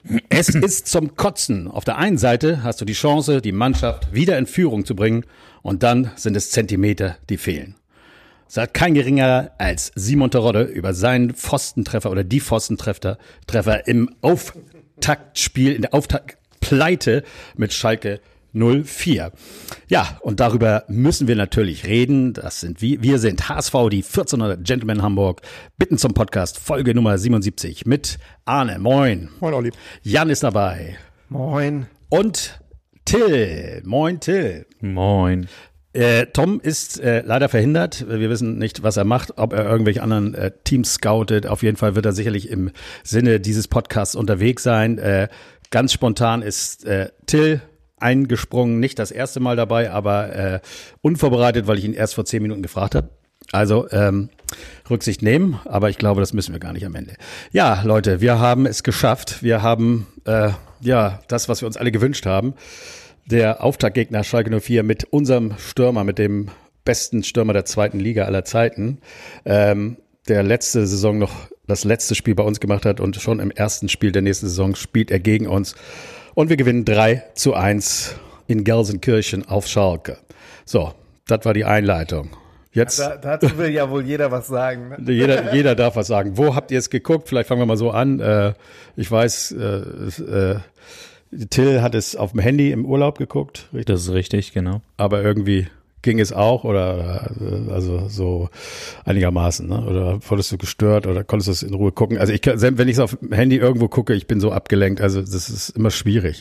Es ist zum Kotzen. Auf der einen Seite hast du die Chance, die Mannschaft wieder in Führung zu bringen und dann sind es Zentimeter, die fehlen. Sagt kein geringerer als Simon Terodde über seinen Pfostentreffer oder die Pfostentreffer im Auftaktspiel, in der Auftaktpleite mit Schalke 04. Ja, und darüber müssen wir natürlich reden. Das sind wir sind HSV, die 1400 Gentlemen Hamburg. Bitten zum Podcast, Folge Nummer 77 mit Arne. Moin. Moin, Olli. Jan ist dabei. Moin. Und Till. Moin, Till. Moin. Tom ist leider verhindert. Wir wissen nicht, was er macht, ob er irgendwelche anderen Teams scoutet. Auf jeden Fall wird er sicherlich im Sinne dieses Podcasts unterwegs sein. Ganz spontan ist Till eingesprungen, nicht das erste Mal dabei, aber unvorbereitet, weil ich ihn erst vor 10 Minuten gefragt habe. Also Rücksicht nehmen, aber ich glaube, das müssen wir gar nicht am Ende. Ja, Leute, wir haben es geschafft. Wir haben das, was wir uns alle gewünscht haben. Der Auftaktgegner Schalke 04 mit unserem Stürmer, mit dem besten Stürmer der zweiten Liga aller Zeiten, der letzte Saison noch das letzte Spiel bei uns gemacht hat und schon im ersten Spiel der nächsten Saison spielt er gegen uns. Und wir gewinnen 3-1 in Gelsenkirchen auf Schalke. So, das war die Einleitung. Jetzt, dazu will ja wohl jeder was sagen. Ne? Jeder darf was sagen. Wo habt ihr es geguckt? Vielleicht fangen wir mal so an. Ich weiß, Till hat es auf dem Handy im Urlaub geguckt. Richtig? Das ist richtig, genau. Aber irgendwie ging es auch oder also so einigermaßen, ne? Oder wurdest du gestört oder konntest du es in Ruhe gucken? Also wenn ich es auf dem Handy irgendwo gucke, ich bin so abgelenkt. Also das ist immer schwierig.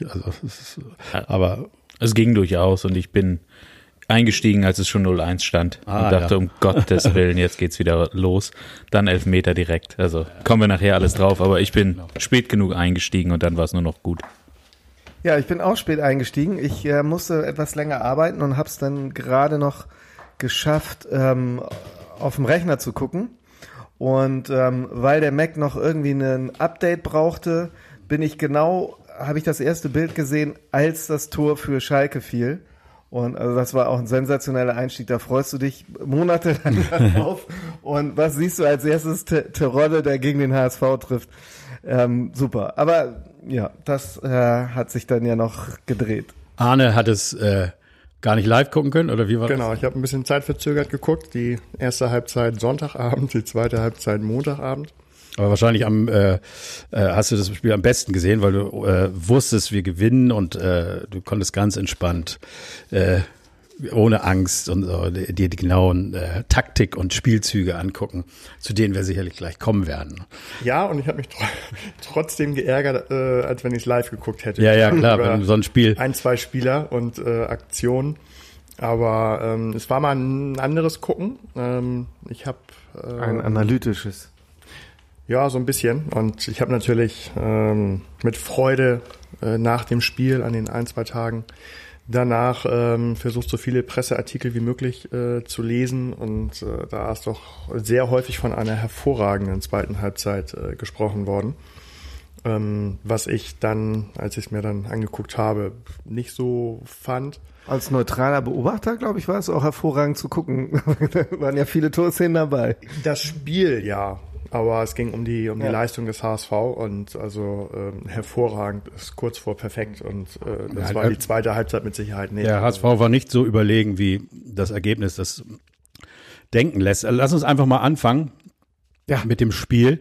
Aber es ging durchaus und ich bin eingestiegen, als es schon 0-1 stand und dachte, um Gottes Willen, jetzt geht's wieder los. Dann Elfmeter direkt. Also kommen wir nachher alles drauf, aber ich bin spät genug eingestiegen und dann war es nur noch gut. Ja, ich bin auch spät eingestiegen. Ich musste etwas länger arbeiten und habe es dann gerade noch geschafft, auf dem Rechner zu gucken. Und weil der Mac noch irgendwie ein Update brauchte, habe ich das erste Bild gesehen, als das Tor für Schalke fiel. Und also das war auch ein sensationeller Einstieg. Da freust du dich monatelang drauf. Und was siehst du als erstes? Terodde, der gegen den HSV trifft. Super. Aber ja, das hat sich dann ja noch gedreht. Arne hat es gar nicht live gucken können, oder wie war das? Genau, ich habe ein bisschen zeitverzögert geguckt. Die erste Halbzeit Sonntagabend, die zweite Halbzeit Montagabend. Aber wahrscheinlich hast du das Spiel am besten gesehen, weil du wusstest, wir gewinnen und du konntest ganz entspannt, ohne Angst und dir die genauen Taktik und Spielzüge angucken, zu denen wir sicherlich gleich kommen werden. Ja, und ich habe mich trotzdem geärgert, als wenn ich es live geguckt hätte. Ja, klar, wenn so ein Spiel. 1-2 Spieler und Aktionen. Aber es war mal ein anderes Gucken. Ich habe ein analytisches. Ja, so ein bisschen. Und ich habe natürlich mit Freude nach dem Spiel an den 1-2 Tagen danach versucht, so viele Presseartikel wie möglich zu lesen. Und da ist doch sehr häufig von einer hervorragenden zweiten Halbzeit gesprochen worden. Was ich dann, als ich es mir dann angeguckt habe, nicht so fand. Als neutraler Beobachter, glaube ich, war es auch hervorragend zu gucken. Da waren ja viele Torszenen dabei. Das Spiel, ja. Aber es ging um die Leistung des HSV und also hervorragend, ist kurz vor perfekt und das war die zweite Halbzeit mit Sicherheit nicht. Der HSV war nicht so überlegen, wie das Ergebnis das denken lässt. Lass uns einfach mal anfangen mit dem Spiel.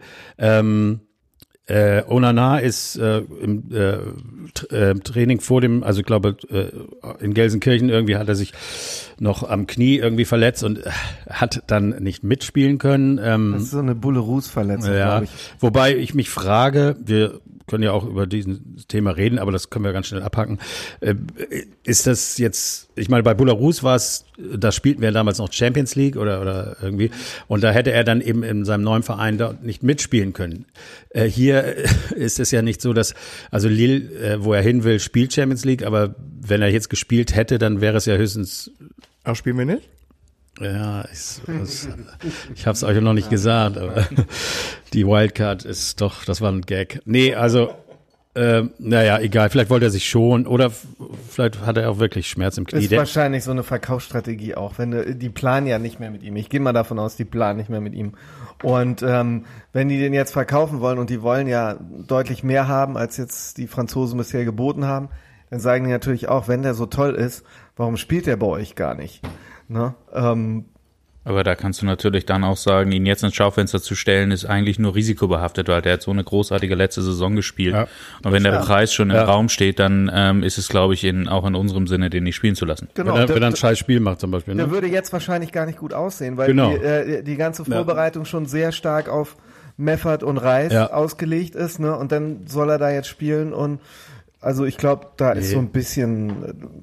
Onana ist im Training vor dem, also ich glaube in Gelsenkirchen irgendwie hat er sich noch am Knie irgendwie verletzt und hat dann nicht mitspielen können. Das ist so eine Bulle-Ruß-Verletzung, glaube ich. Wobei ich mich frage, wir können ja auch über dieses Thema reden, aber das können wir ganz schnell abhaken. Ist das jetzt, ich meine, bei Belarus war es, da spielten wir damals noch Champions League oder irgendwie, und da hätte er dann eben in seinem neuen Verein dort nicht mitspielen können. Hier ist es ja nicht so, dass, also Lille, wo er hin will, spielt Champions League, aber wenn er jetzt gespielt hätte, dann wäre es ja höchstens. Ach, spielen wir nicht? Ja, ich habe es euch noch nicht gesagt, aber die Wildcard ist doch, das war ein Gag. Nee, also Naja, egal, vielleicht wollte er sich schon oder vielleicht hat er auch wirklich Schmerz im Knie. Ist wahrscheinlich so eine Verkaufsstrategie auch. Die planen ja nicht mehr mit ihm. Ich gehe mal davon aus, die planen nicht mehr mit ihm. Und wenn die den jetzt verkaufen wollen und die wollen ja deutlich mehr haben, als jetzt die Franzosen bisher geboten haben, dann sagen die natürlich auch, wenn der so toll ist, warum spielt der bei euch gar nicht? Ne? Aber da kannst du natürlich dann auch sagen, ihn jetzt ins Schaufenster zu stellen, ist eigentlich nur risikobehaftet, weil der hat so eine großartige letzte Saison gespielt. Ja. Und wenn der Preis schon im Raum steht, dann ist es, glaube ich, auch in unserem Sinne, den nicht spielen zu lassen. Genau. Wenn er ein scheiß Spiel macht zum Beispiel. Ne? Der würde jetzt wahrscheinlich gar nicht gut aussehen, weil die ganze Vorbereitung schon sehr stark auf Meffert und Reis ausgelegt ist. Ne? Und dann soll er da jetzt spielen und also ich glaube, da ist so ein bisschen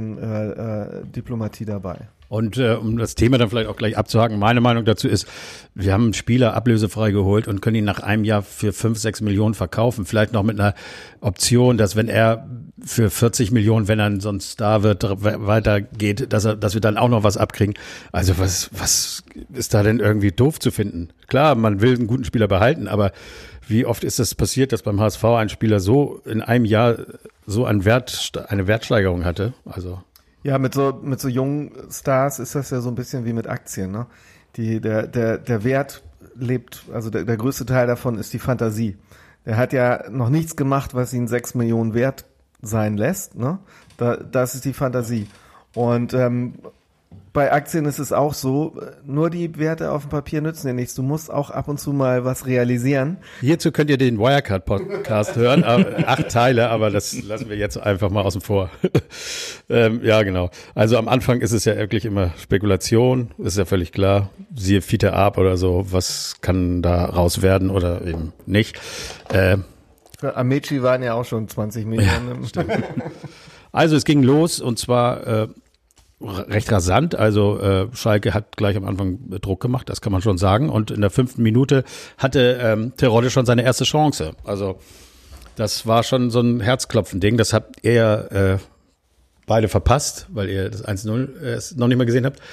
Diplomatie dabei. Und um das Thema dann vielleicht auch gleich abzuhaken, meine Meinung dazu ist, wir haben einen Spieler ablösefrei geholt und können ihn nach einem Jahr für 5-6 Millionen verkaufen. Vielleicht noch mit einer Option, dass wenn er für 40 Millionen, wenn er sonst da wird, weitergeht, dass wir dann auch noch was abkriegen. Also was ist da denn irgendwie doof zu finden? Klar, man will einen guten Spieler behalten, aber wie oft ist das passiert, dass beim HSV ein Spieler so in einem Jahr so eine Wertsteigerung hatte? Also ja, mit so jungen Stars ist das ja so ein bisschen wie mit Aktien, ne? Der Wert lebt, also der größte Teil davon ist die Fantasie. Der hat ja noch nichts gemacht, was ihn 6 Millionen wert sein lässt, ne? Das ist die Fantasie. Und bei Aktien ist es auch so, nur die Werte auf dem Papier nützen dir nichts. Du musst auch ab und zu mal was realisieren. Hierzu könnt ihr den Wirecard-Podcast hören, 8 Teile, aber das lassen wir jetzt einfach mal außen vor. Ja, genau. Also am Anfang ist es ja wirklich immer Spekulation, ist ja völlig klar. Siehe Fiete Arp oder so, was kann da raus werden oder eben nicht. Für Amici waren ja auch schon 20 Millionen. Ja, also es ging los und zwar recht rasant, also Schalke hat gleich am Anfang Druck gemacht, das kann man schon sagen. Und in der 5. Minute hatte Terodde schon seine erste Chance. Also das war schon so ein Herzklopfen-Ding. Das habt ihr beide verpasst, weil ihr das 1-0 noch nicht mal gesehen habt.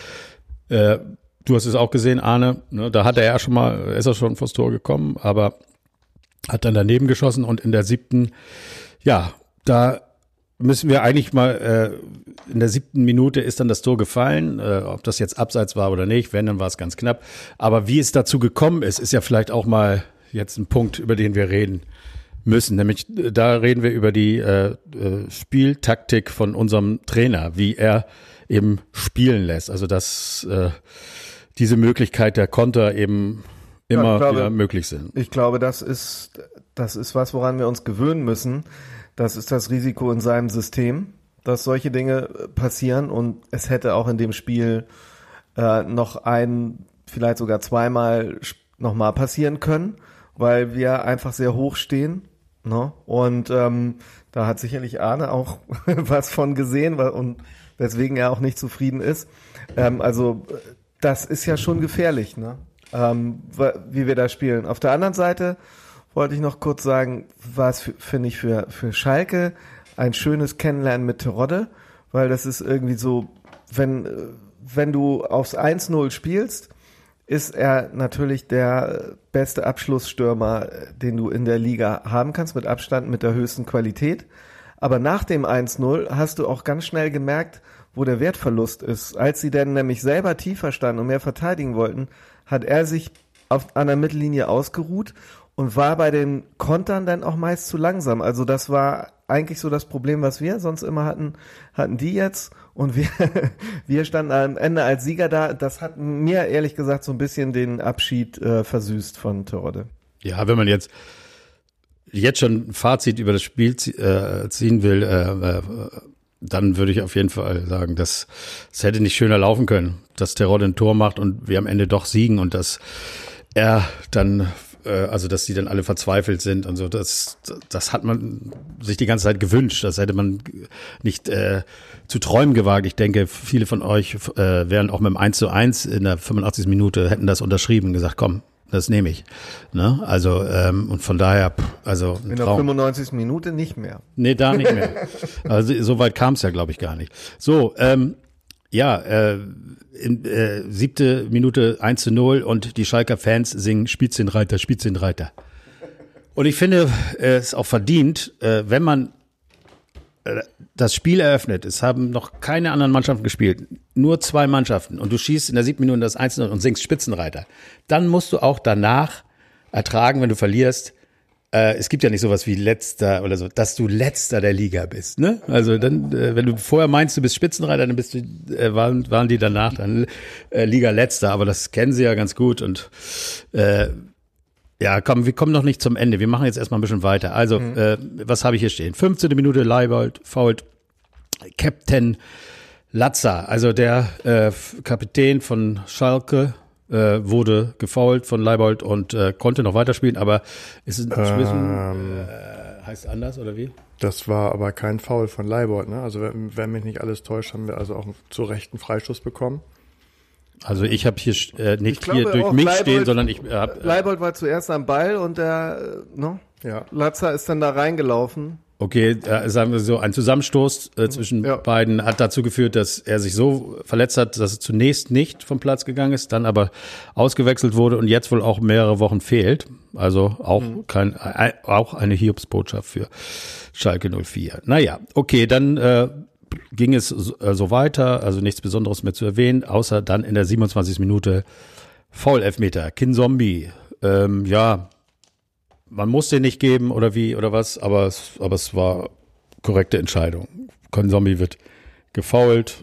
Du hast es auch gesehen, Arne. Ne, da hat er ja schon mal, ist er schon vors Tor gekommen, aber hat dann daneben geschossen. Und in der 7. Da müssen wir eigentlich mal, in der 7. Minute ist dann das Tor gefallen, ob das jetzt abseits war oder nicht, wenn, dann war es ganz knapp. Aber wie es dazu gekommen ist ja vielleicht auch mal jetzt ein Punkt, über den wir reden müssen. Nämlich, da reden wir über die Spieltaktik von unserem Trainer, wie er eben spielen lässt. Also, dass diese Möglichkeit der Konter eben immer wieder möglich sind. Ich glaube, das ist was, woran wir uns gewöhnen müssen. Das ist das Risiko in seinem System, dass solche Dinge passieren und es hätte auch in dem Spiel noch vielleicht sogar zweimal nochmal passieren können, weil wir einfach sehr hoch stehen. Ne? Und da hat sicherlich Arne auch was von gesehen und weswegen er auch nicht zufrieden ist. Also das ist ja schon gefährlich, ne? Wie wir da spielen. Auf der anderen Seite wollte ich noch kurz sagen, war es, finde ich, für Schalke ein schönes Kennenlernen mit Terodde, weil das ist irgendwie so, wenn du aufs 1-0 spielst, ist er natürlich der beste Abschlussstürmer, den du in der Liga haben kannst, mit Abstand, mit der höchsten Qualität. Aber nach dem 1-0 hast du auch ganz schnell gemerkt, wo der Wertverlust ist. Als sie dann nämlich selber tiefer standen und mehr verteidigen wollten, hat er sich an der Mittellinie ausgeruht und war bei den Kontern dann auch meist zu langsam. Also das war eigentlich so das Problem, was wir sonst immer hatten die jetzt. Und wir standen am Ende als Sieger da. Das hat mir ehrlich gesagt so ein bisschen den Abschied versüßt von Terodde. Ja, wenn man jetzt schon ein Fazit über das Spiel ziehen will, dann würde ich auf jeden Fall sagen, dass es hätte nicht schöner laufen können, dass Terodde ein Tor macht und wir am Ende doch siegen und dass er dann also dass die dann alle verzweifelt sind und so, das hat man sich die ganze Zeit gewünscht, das hätte man nicht zu träumen gewagt. Ich denke, viele von euch wären auch mit dem 1:1 in der 85. Minute, hätten das unterschrieben und gesagt, komm, das nehme ich. Ne? Also und von daher, also in der 95. Minute nicht mehr. Nee, da nicht mehr. Also so weit kam es ja, glaube ich, gar nicht. So, in 7. Minute 1:0 und die Schalker Fans singen Spitzenreiter, Spitzenreiter. Und ich finde es auch verdient, wenn man das Spiel eröffnet, es haben noch keine anderen Mannschaften gespielt, nur 2 Mannschaften und du schießt in der 7. Minute das 1-0 und singst Spitzenreiter, dann musst du auch danach ertragen, wenn du verlierst. Es gibt ja nicht sowas wie Letzter oder so, dass du Letzter der Liga bist, ne? Also dann, wenn du vorher meinst, du bist Spitzenreiter, dann bist du, waren die danach dann Liga Letzter, aber das kennen sie ja ganz gut und ja, komm, wir kommen noch nicht zum Ende. Wir machen jetzt erstmal ein bisschen weiter. Also, was habe ich hier stehen? 15. Minute, Leibold, fault, Captain Latza, also der Kapitän von Schalke, wurde gefoult von Leibold und konnte noch weiterspielen, aber ist es inzwischen, heißt anders oder wie? Das war aber kein Foul von Leibold, ne? Also wenn mich nicht alles täuscht, haben wir also auch zu Recht einen Freistoß bekommen. Also ich habe hier nicht hier durch mich Leibold, stehen, sondern ich habe... Leibold war zuerst am Ball und der Latza ist dann da reingelaufen. Okay, sagen wir so, ein Zusammenstoß zwischen beiden hat dazu geführt, dass er sich so verletzt hat, dass er zunächst nicht vom Platz gegangen ist, dann aber ausgewechselt wurde und jetzt wohl auch mehrere Wochen fehlt. Also auch auch eine Hiobsbotschaft für Schalke 04. Naja, okay, dann ging es so weiter, also nichts Besonderes mehr zu erwähnen, außer dann in der 27. Minute Foul-Elfmeter. Kinzombie, man muss den nicht geben oder wie oder was, aber es war korrekte Entscheidung. Kinzombie wird gefoult,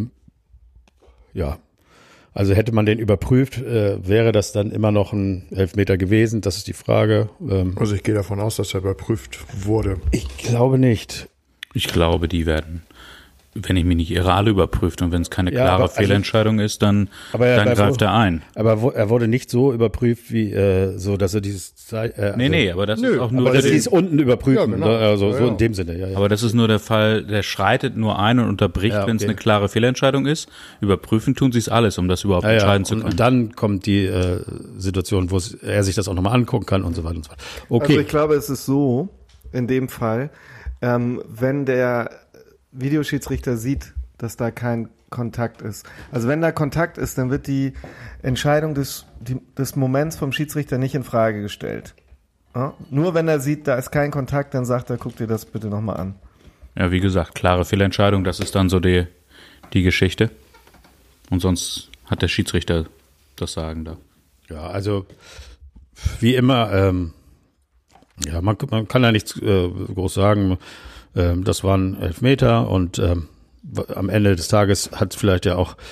also hätte man den überprüft, wäre das dann immer noch ein Elfmeter gewesen, das ist die Frage. Also ich gehe davon aus, dass er überprüft wurde. Ich glaube nicht. Ich glaube, die werden, wenn ich mich nicht irre, alle überprüft und wenn es keine klare Fehlentscheidung ist, dann greift er ein. Aber er wurde nicht so überprüft, wie so, dass er dieses Nee, aber das ist auch nur... Aber dass sie es unten überprüfen, ja, genau. Also so in dem Sinne. Ja. Aber das ist nur der Fall, der schreitet nur ein und unterbricht, wenn es eine klare Fehlentscheidung ist. Überprüfen tun sie es alles, um das überhaupt entscheiden zu können. Und dann kommt die Situation, wo er sich das auch nochmal angucken kann und so weiter und so fort. Okay. Also ich glaube, es ist so, in dem Fall, wenn der Videoschiedsrichter sieht, dass da kein Kontakt ist. Also wenn da Kontakt ist, dann wird die Entscheidung des Moments vom Schiedsrichter nicht in Frage gestellt. Ja? Nur wenn er sieht, da ist kein Kontakt, dann sagt er, guck dir das bitte nochmal an. Ja, wie gesagt, klare Fehlentscheidung, das ist dann so die Geschichte. Und sonst hat der Schiedsrichter das Sagen da. Ja, also wie immer, man kann ja nichts groß sagen. Das waren Elfmeter und am Ende des Tages hat vielleicht ja auch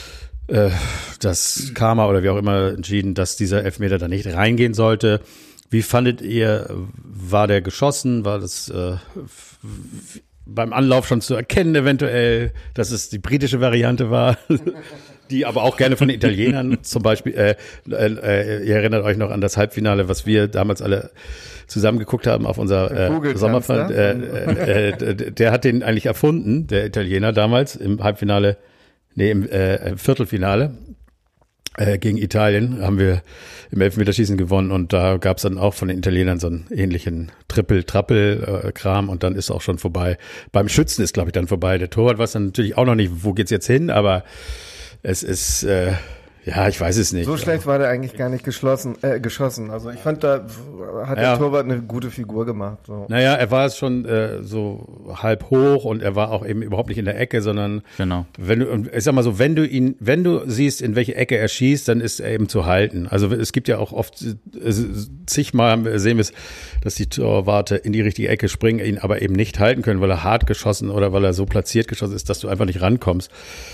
das Karma oder wie auch immer entschieden, dass dieser Elfmeter da nicht reingehen sollte. Wie fandet ihr, war der geschossen? War das beim Anlauf schon zu erkennen eventuell, dass es die britische Variante war? Die aber auch gerne von den Italienern zum Beispiel, ihr erinnert euch noch an das Halbfinale, was wir damals alle zusammen geguckt haben auf unser Sommerfest. Der hat den eigentlich erfunden, der Italiener damals im Halbfinale, im Viertelfinale gegen Italien haben wir im Elfmeterschießen gewonnen und da gab es dann auch von den Italienern so einen ähnlichen Triple-Trappel-Kram und dann ist auch schon vorbei. Beim Schützen ist, glaube ich, dann vorbei. Der Torwart weiß dann natürlich auch noch nicht, wo geht's jetzt hin, aber es ist, ich weiß es nicht. So schlecht war der eigentlich gar nicht geschossen. Also ich fand, da hat der Torwart eine gute Figur gemacht. So. Naja, er war es schon so halb hoch und er war auch eben überhaupt nicht in der Ecke, sondern ich sag mal so, wenn du siehst, in welche Ecke er schießt, dann ist er eben zu halten. Also es gibt ja auch oft zigmal sehen wir es, dass die Torwarte in die richtige Ecke springen, ihn aber eben nicht halten können, weil er hart geschossen oder weil er so platziert geschossen ist, dass du einfach nicht rankommst.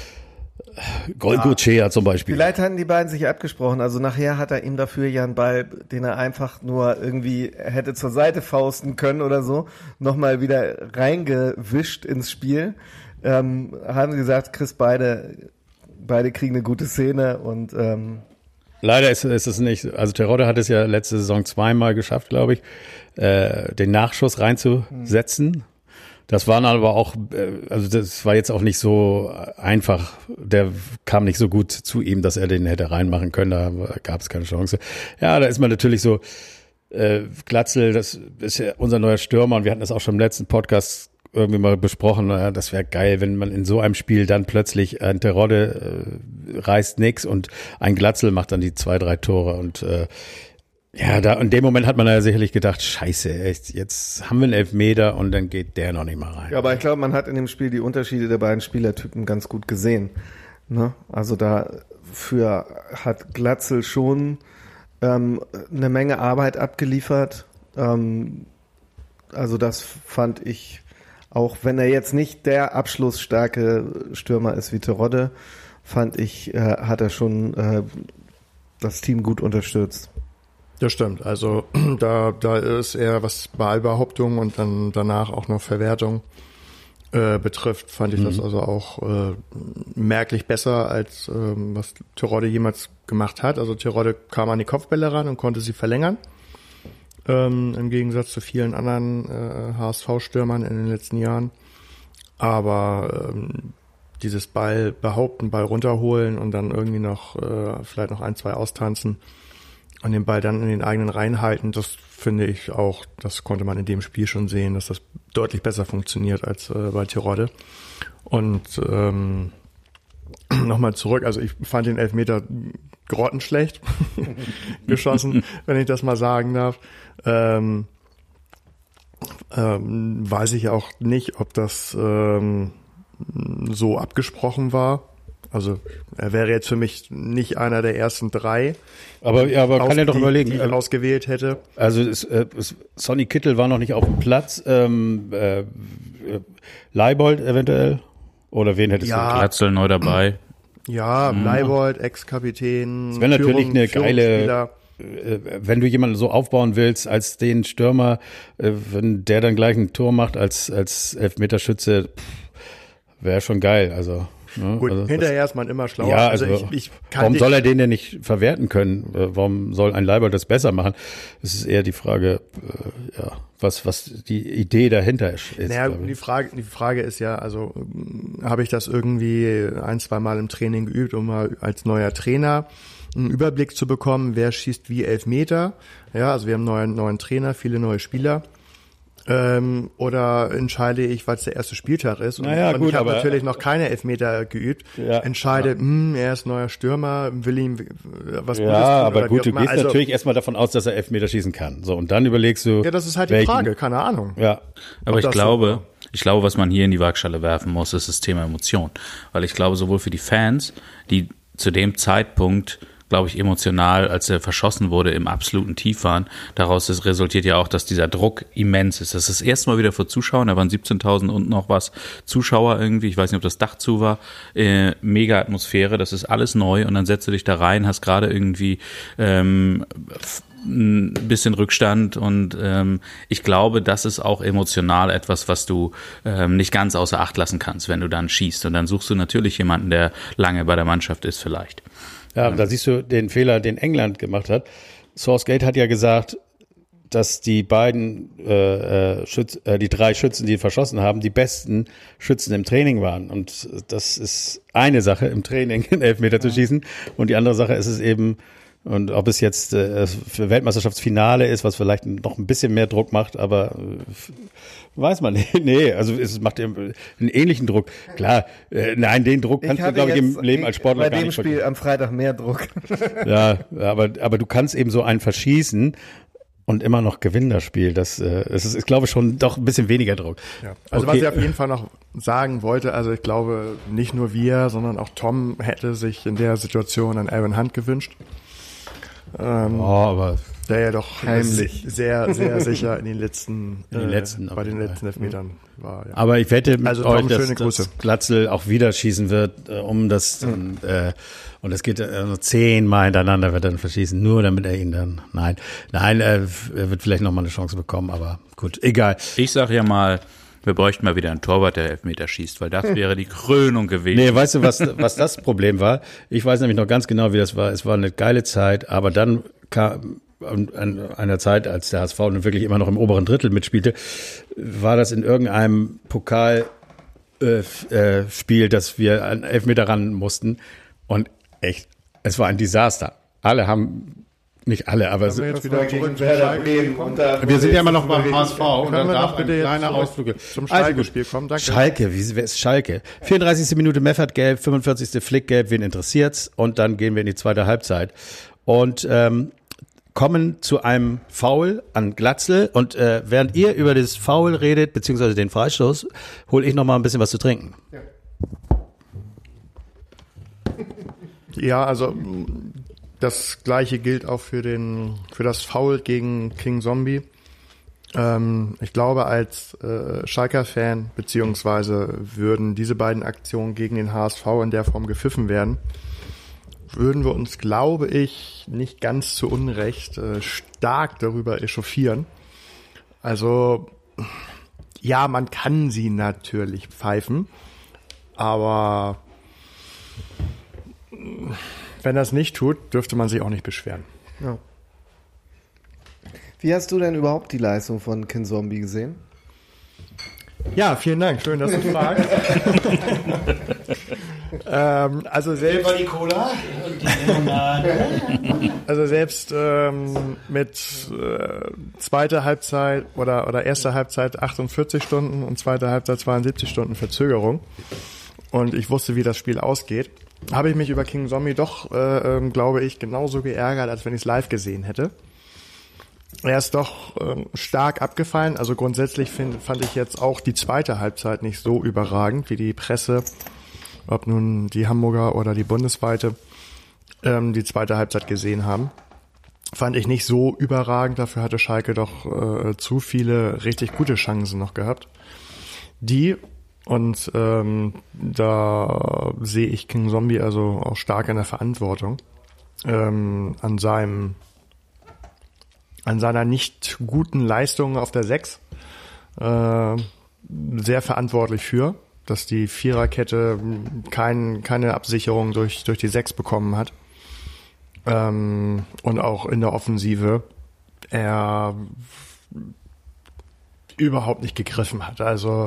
Golgocea zum Beispiel. Vielleicht hatten die beiden sich abgesprochen. Also nachher hat er ihm dafür ja einen Ball, den er einfach nur irgendwie hätte zur Seite fausten können oder so, nochmal wieder reingewischt ins Spiel. Haben gesagt, Chris, beide kriegen eine gute Szene und leider ist es nicht. Also Terodde hat es ja letzte Saison zweimal geschafft, glaube ich, den Nachschuss reinzusetzen. Das waren aber auch, also das war jetzt auch nicht so einfach. Der kam nicht so gut zu ihm, dass er den hätte reinmachen können. Da gab es keine Chance. Ja, da ist man natürlich so, Glatzel, das ist ja unser neuer Stürmer und wir hatten das auch schon im letzten Podcast irgendwie mal besprochen. Ja, das wäre geil, wenn man in so einem Spiel dann plötzlich ein Terodde reißt nix und ein Glatzel macht dann die 2-3 Tore und Ja, da in dem Moment hat man ja sicherlich gedacht, scheiße, echt, jetzt haben wir einen Elfmeter und dann geht der noch nicht mal rein. Ja, aber ich glaube, man hat in dem Spiel die Unterschiede der beiden Spielertypen ganz gut gesehen. Ne? Also dafür hat Glatzel schon eine Menge Arbeit abgeliefert. Also das fand ich, auch wenn er jetzt nicht der abschlussstarke Stürmer ist wie Terodde, fand ich, hat er schon das Team gut unterstützt. Das stimmt. Also da ist er, was Ballbehauptung und dann danach auch noch Verwertung betrifft, fand ich das also auch merklich besser, als was Terodde jemals gemacht hat. Also Terodde kam an die Kopfbälle ran und konnte sie verlängern. Im Gegensatz zu vielen anderen HSV-Stürmern in den letzten Jahren. Aber dieses Ball behaupten, Ball runterholen und dann irgendwie noch vielleicht noch 1, 2 austanzen und den Ball dann in den eigenen Reihen halten, das finde ich auch, das konnte man in dem Spiel schon sehen, dass das deutlich besser funktioniert als bei Terodde. Und nochmal zurück, also ich fand den Elfmeter grottenschlecht geschossen, wenn ich das mal sagen darf. Weiß ich auch nicht, ob das so abgesprochen war. Also er wäre jetzt für mich nicht einer der ersten 3. Aber kann er doch überlegen. Die ich ausgewählt hätte. Also Sonny Kittel war noch nicht auf dem Platz. Leibold eventuell? Oder wen hättest du? Glatzel neu dabei. Ja, Leibold, Ex-Kapitän. Das wäre natürlich eine geile, wenn du jemanden so aufbauen willst als den Stürmer, wenn der dann gleich ein Tor macht als Elfmeterschütze, wäre schon geil. Also ne? Gut, also hinterher ist man immer schlauer. Ja, also warum soll er den denn nicht verwerten können? Warum soll ein Leibold das besser machen? Es ist eher die Frage, was die Idee dahinter ist. Naja, die Frage ist ja, also habe ich das irgendwie 1, 2 Mal im Training geübt, um mal als neuer Trainer einen Überblick zu bekommen, wer schießt wie Elfmeter. Ja, also wir haben einen neuen Trainer, viele neue Spieler. Oder entscheide ich, weil es der erste Spieltag ist und ich habe natürlich noch keine Elfmeter geübt, entscheide, er ist neuer Stürmer, will ihm was Gutes tun. Ja, aber gut, du gehst natürlich erstmal davon aus, dass er Elfmeter schießen kann. So, und dann überlegst du. Ja, das ist halt die Frage, keine Ahnung. Ja. Aber ich glaube, was man hier in die Waagschale werfen muss, ist das Thema Emotion. Weil ich glaube, sowohl für die Fans, die zu dem Zeitpunkt, glaube ich, emotional, als er verschossen wurde, im absoluten Tief waren. Daraus resultiert ja auch, dass dieser Druck immens ist. Das ist das erste Mal wieder vor Zuschauern, da waren 17.000 und noch was Zuschauer irgendwie, ich weiß nicht, ob das Dach zu war, mega Atmosphäre, das ist alles neu und dann setzt du dich da rein, hast gerade irgendwie ein bisschen Rückstand und ich glaube, das ist auch emotional etwas, was du nicht ganz außer Acht lassen kannst, wenn du dann schießt und dann suchst du natürlich jemanden, der lange bei der Mannschaft ist vielleicht. Ja, da siehst du den Fehler, den England gemacht hat. Southgate hat ja gesagt, dass die beiden die 3 Schützen, die verschossen haben, die besten Schützen im Training waren. Und das ist eine Sache im Training, einen Elfmeter zu schießen. Und die andere Sache ist es eben, und ob es jetzt für Weltmeisterschaftsfinale ist, was vielleicht noch ein bisschen mehr Druck macht, aber weiß man nicht. Nee, also es macht einen ähnlichen Druck. Klar, nein, den Druck kannst du, glaube ich, im Leben als Sportler gar nicht vergessen. Bei dem Spiel am Freitag mehr Druck. Ja, aber du kannst eben so einen verschießen und immer noch gewinnen das Spiel. Das ist, ich glaube, schon doch ein bisschen weniger Druck. Ja. Also okay. Was ich auf jeden Fall noch sagen wollte, also ich glaube, nicht nur wir, sondern auch Tom hätte sich in der Situation einen Aaron Hunt gewünscht. Aber der ja doch heimlich sehr, sehr sicher in den letzten bei den letzten Elfmetern war. Ja. Aber ich wette mit euch, dass Glatzel auch wieder schießen wird, um das und es geht 10-mal hintereinander wird er dann verschießen, nur damit er ihn dann, nein, er wird vielleicht noch mal eine Chance bekommen, aber gut, egal. Ich sage ja mal, wir bräuchten mal wieder einen Torwart, der Elfmeter schießt, weil das wäre die Krönung gewesen. Nee, weißt du, was das Problem war? Ich weiß nämlich noch ganz genau, wie das war. Es war eine geile Zeit, aber dann kam an einer Zeit, als der HSV nun wirklich immer noch im oberen Drittel mitspielte, war das in irgendeinem Pokalspiel, dass wir an Elfmeter ran mussten. Und echt, es war ein Desaster. Nicht alle, aber wir jetzt wieder gegen Werder Bremen wir sind ja immer noch beim HSV und dann darf ein kleiner Ausflug zum Schalke-Spiel kommen. Danke. Schalke, wer ist Schalke? 34. Minute Meffert gelb, 45. Flick gelb, wen interessiert's? Und dann gehen wir in die zweite Halbzeit. Und kommen zu einem Foul an Glatzel und während ihr über das Foul redet, beziehungsweise den Freistoß, hole ich noch mal ein bisschen was zu trinken. Ja, also das Gleiche gilt auch für das Foul gegen King Zombie. Ich glaube, als Schalker-Fan, beziehungsweise würden diese beiden Aktionen gegen den HSV in der Form gepfiffen werden, würden wir uns, glaube ich, nicht ganz zu Unrecht stark darüber echauffieren. Also, ja, man kann sie natürlich pfeifen, aber wenn das nicht tut, dürfte man sich auch nicht beschweren. Ja. Wie hast du denn überhaupt die Leistung von King Zombie gesehen? Ja, vielen Dank. Schön, dass du fragst. Also selbst die Cola und die Limonade. Also selbst mit zweiter Halbzeit oder erster Halbzeit 48 Stunden und zweiter Halbzeit 72 Stunden Verzögerung und ich wusste, wie das Spiel ausgeht, habe ich mich über King Zombie doch, glaube ich, genauso geärgert, als wenn ich es live gesehen hätte. Er ist doch stark abgefallen. Also grundsätzlich fand ich jetzt auch die zweite Halbzeit nicht so überragend, wie die Presse, ob nun die Hamburger oder die bundesweite, die zweite Halbzeit gesehen haben. Fand ich nicht so überragend. Dafür hatte Schalke doch zu viele richtig gute Chancen noch gehabt. Und da sehe ich King Zombie also auch stark in der Verantwortung an seiner nicht guten Leistung auf der 6 sehr verantwortlich für, dass die Viererkette keine Absicherung durch die 6 bekommen hat. Und auch in der Offensive er überhaupt nicht gegriffen hat. Also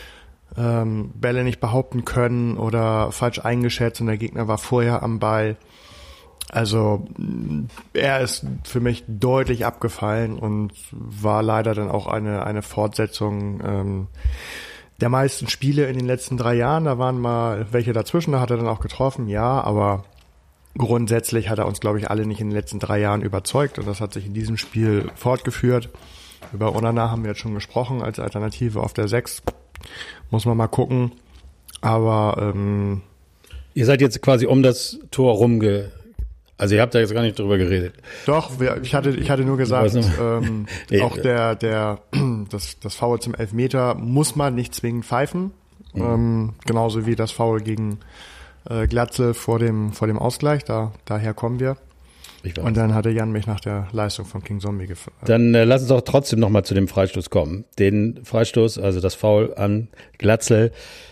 Bälle nicht behaupten können oder falsch eingeschätzt und der Gegner war vorher am Ball. Also er ist für mich deutlich abgefallen und war leider dann auch eine Fortsetzung der meisten Spiele in den letzten 3 Jahren. Da waren mal welche dazwischen, da hat er dann auch getroffen, ja, aber grundsätzlich hat er uns, glaube ich, alle nicht in den letzten 3 Jahren überzeugt und das hat sich in diesem Spiel fortgeführt. Über Onana haben wir jetzt schon gesprochen als Alternative auf der 6. Muss man mal gucken, aber ihr seid jetzt quasi um das Tor also ihr habt da jetzt gar nicht drüber geredet. Doch, ich hatte nur gesagt, auch das Foul zum Elfmeter muss man nicht zwingend pfeifen. Genauso wie das Foul gegen Glatzel vor dem Ausgleich, daher kommen wir. Und dann hatte Jan mich nach der Leistung von King Zombie gefragt. Dann lass uns doch trotzdem nochmal zu dem Freistoß kommen. Den Freistoß, also das Foul an Glatzel,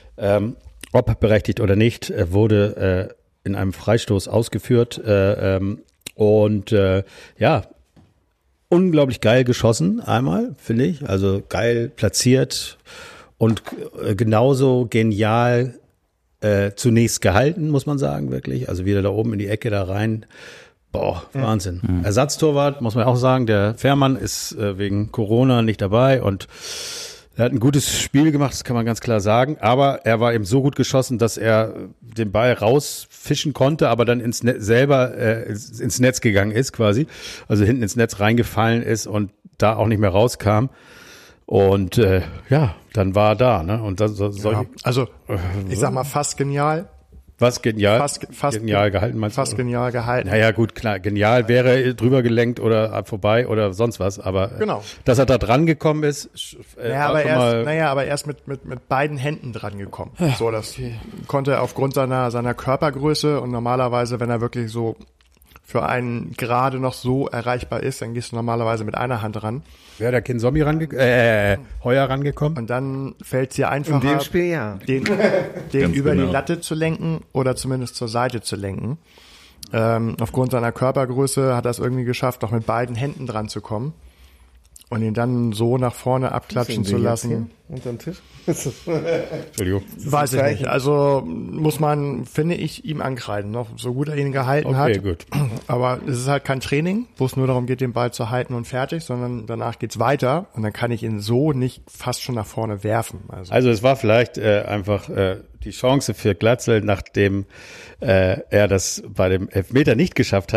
ob berechtigt oder nicht, wurde in einem Freistoß ausgeführt und unglaublich geil geschossen einmal, finde ich. Also geil platziert und genauso genial zunächst gehalten, muss man sagen, wirklich. Also wieder da oben in die Ecke da rein. Boah, Wahnsinn. Mhm. Ersatztorwart, muss man auch sagen, der Fährmann ist wegen Corona nicht dabei und er hat ein gutes Spiel gemacht, das kann man ganz klar sagen, aber er war eben so gut geschossen, dass er den Ball rausfischen konnte, aber dann ins Netz gegangen ist quasi, also hinten ins Netz reingefallen ist und da auch nicht mehr rauskam. Und dann war er da, ne? Und das, also ich sag mal fast genial. Was genial? Fast genial gehalten, meinst du? Fast genial gehalten. Naja, gut, klar, genial wäre drüber gelenkt oder vorbei oder sonst was, aber genau. Dass er da dran gekommen ist, aber erst mit beiden Händen dran gekommen. So, das konnte er aufgrund seiner Körpergröße und normalerweise, wenn er wirklich so für einen gerade noch so erreichbar ist, dann gehst du normalerweise mit einer Hand ran. Wäre der King Zombie Heuer rangekommen? Und dann fällt es dir einfacher, in dem Spiel, ja, den über die Latte zu lenken oder zumindest zur Seite zu lenken. Aufgrund seiner Körpergröße hat er es irgendwie geschafft, noch mit beiden Händen dran zu kommen und ihn dann so nach vorne abklatschen zu lassen. Unterm Tisch? Entschuldigung. Weiß ich nicht. Also muss man, finde ich, ihm ankreiden, noch so gut er ihn gehalten hat. Okay, gut. Aber es ist halt kein Training, wo es nur darum geht, den Ball zu halten und fertig, sondern danach geht's weiter und dann kann ich ihn so nicht fast schon nach vorne werfen. Also es war vielleicht einfach die Chance für Glatzel, nachdem er das bei dem Elfmeter nicht geschafft hat,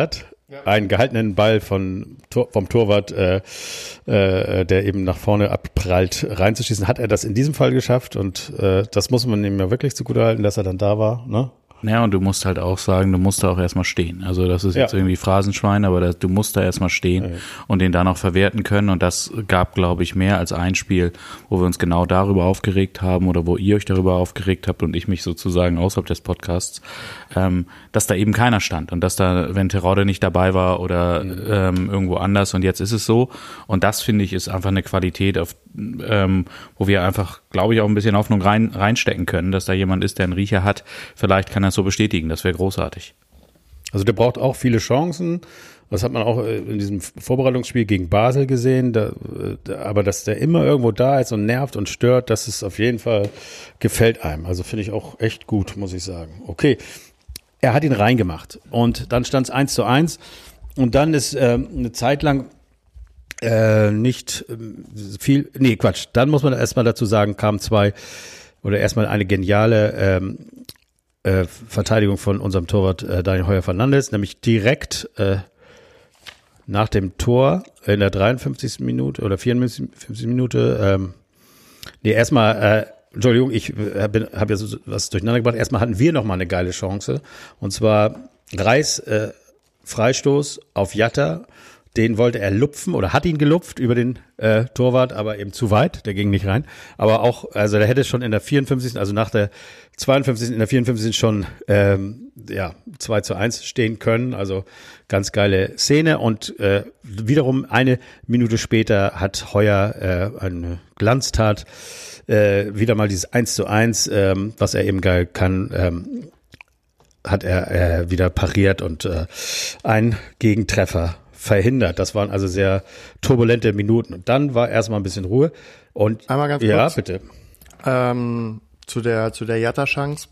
einen gehaltenen Ball vom Torwart, der eben nach vorne abprallt, reinzuschießen. Hat er das in diesem Fall geschafft und das muss man ihm ja wirklich zugutehalten, dass er dann da war, ne? Ja, und du musst halt auch sagen, du musst da auch erstmal stehen. Also das ist jetzt irgendwie Phrasenschwein, aber du musst da erstmal stehen und den dann auch verwerten können. Und das gab, glaube ich, mehr als ein Spiel, wo wir uns genau darüber aufgeregt haben oder wo ihr euch darüber aufgeregt habt und ich mich sozusagen außerhalb des Podcasts, dass da eben keiner stand und dass da, wenn Terodde nicht dabei war oder irgendwo anders und jetzt ist es so. Und das, finde ich, ist einfach eine Qualität, wo wir einfach, glaube ich, auch ein bisschen Hoffnung reinstecken können, dass da jemand ist, der einen Riecher hat. Vielleicht kann er es so bestätigen, das wäre großartig. Also der braucht auch viele Chancen. Das hat man auch in diesem Vorbereitungsspiel gegen Basel gesehen. Aber dass der immer irgendwo da ist und nervt und stört, das ist auf jeden Fall, gefällt einem. Also finde ich auch echt gut, muss ich sagen. Okay, er hat ihn reingemacht und dann stand es 1:1 und dann ist eine Zeit lang nicht viel, nee, Quatsch. Dann muss man erstmal dazu sagen, kamen erstmal eine geniale Verteidigung von unserem Torwart Daniel Heuer-Fernandes, nämlich direkt nach dem Tor in der 53. Minute oder 54. Minute. Entschuldigung, ich hab ja so was durcheinander gebracht. Erstmal hatten wir nochmal eine geile Chance und zwar Reis Freistoß auf Jatta. Den wollte er lupfen oder hat ihn gelupft über den Torwart, aber eben zu weit, der ging nicht rein. Aber auch, also der hätte schon in der 54., also nach der 52., in der 54. schon 2:1 stehen können. Also ganz geile Szene. Und wiederum eine Minute später hat Heuer eine Glanztat, wieder mal dieses 1:1, was er eben geil kann, hat er wieder pariert und ein Gegentreffer verhindert. Das waren also sehr turbulente Minuten. Und dann war erstmal ein bisschen Ruhe. Und einmal ganz kurz. Ja, bitte. Zu der Jatta-Chance.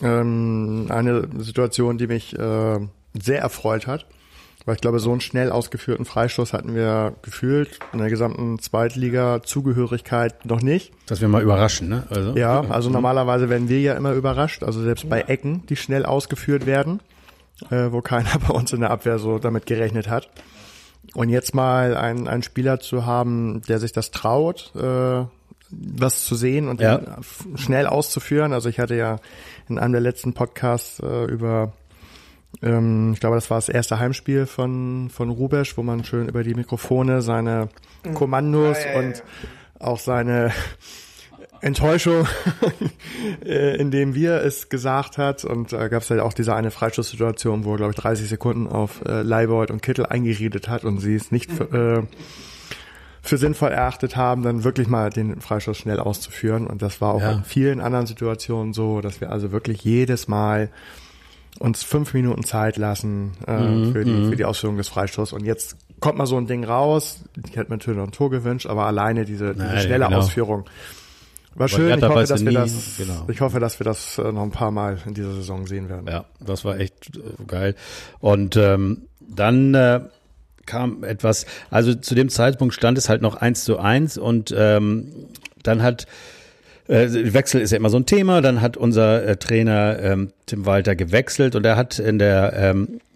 Eine Situation, die mich sehr erfreut hat. Weil ich glaube, so einen schnell ausgeführten Freistoß hatten wir gefühlt in der gesamten Zweitliga-Zugehörigkeit noch nicht. Dass wir mal überraschen, ne? Also normalerweise werden wir ja immer überrascht. Also selbst bei Ecken, die schnell ausgeführt werden, wo keiner bei uns in der Abwehr so damit gerechnet hat. Und jetzt mal einen Spieler zu haben, der sich das traut, was zu sehen und schnell auszuführen. Also ich hatte ja in einem der letzten Podcasts über, ich glaube, das war das erste Heimspiel von Rubesch, wo man schön über die Mikrofone seine Kommandos und auch seine Enttäuschung, indem wir es gesagt hat. Und da gab es halt auch diese eine Freistoßsituation, wo er, glaube ich, 30 Sekunden auf Leibold und Kittel eingeredet hat und sie es nicht für sinnvoll erachtet haben, dann wirklich mal den Freistoß schnell auszuführen. Und das war auch in vielen anderen Situationen so, dass wir also wirklich jedes Mal uns 5 Minuten Zeit lassen für die Ausführung des Freistoßes. Und jetzt kommt mal so ein Ding raus. Ich hätte mir natürlich noch ein Tor gewünscht, aber alleine diese schnelle Ausführung war schön. Ich hoffe, dass wir das noch ein paar Mal in dieser Saison sehen werden. Ja, das war echt geil. Und dann kam etwas, also zu dem Zeitpunkt stand es halt noch 1:1 und dann hat Wechsel ist ja immer so ein Thema, dann hat unser Trainer Tim Walter gewechselt und er hat in der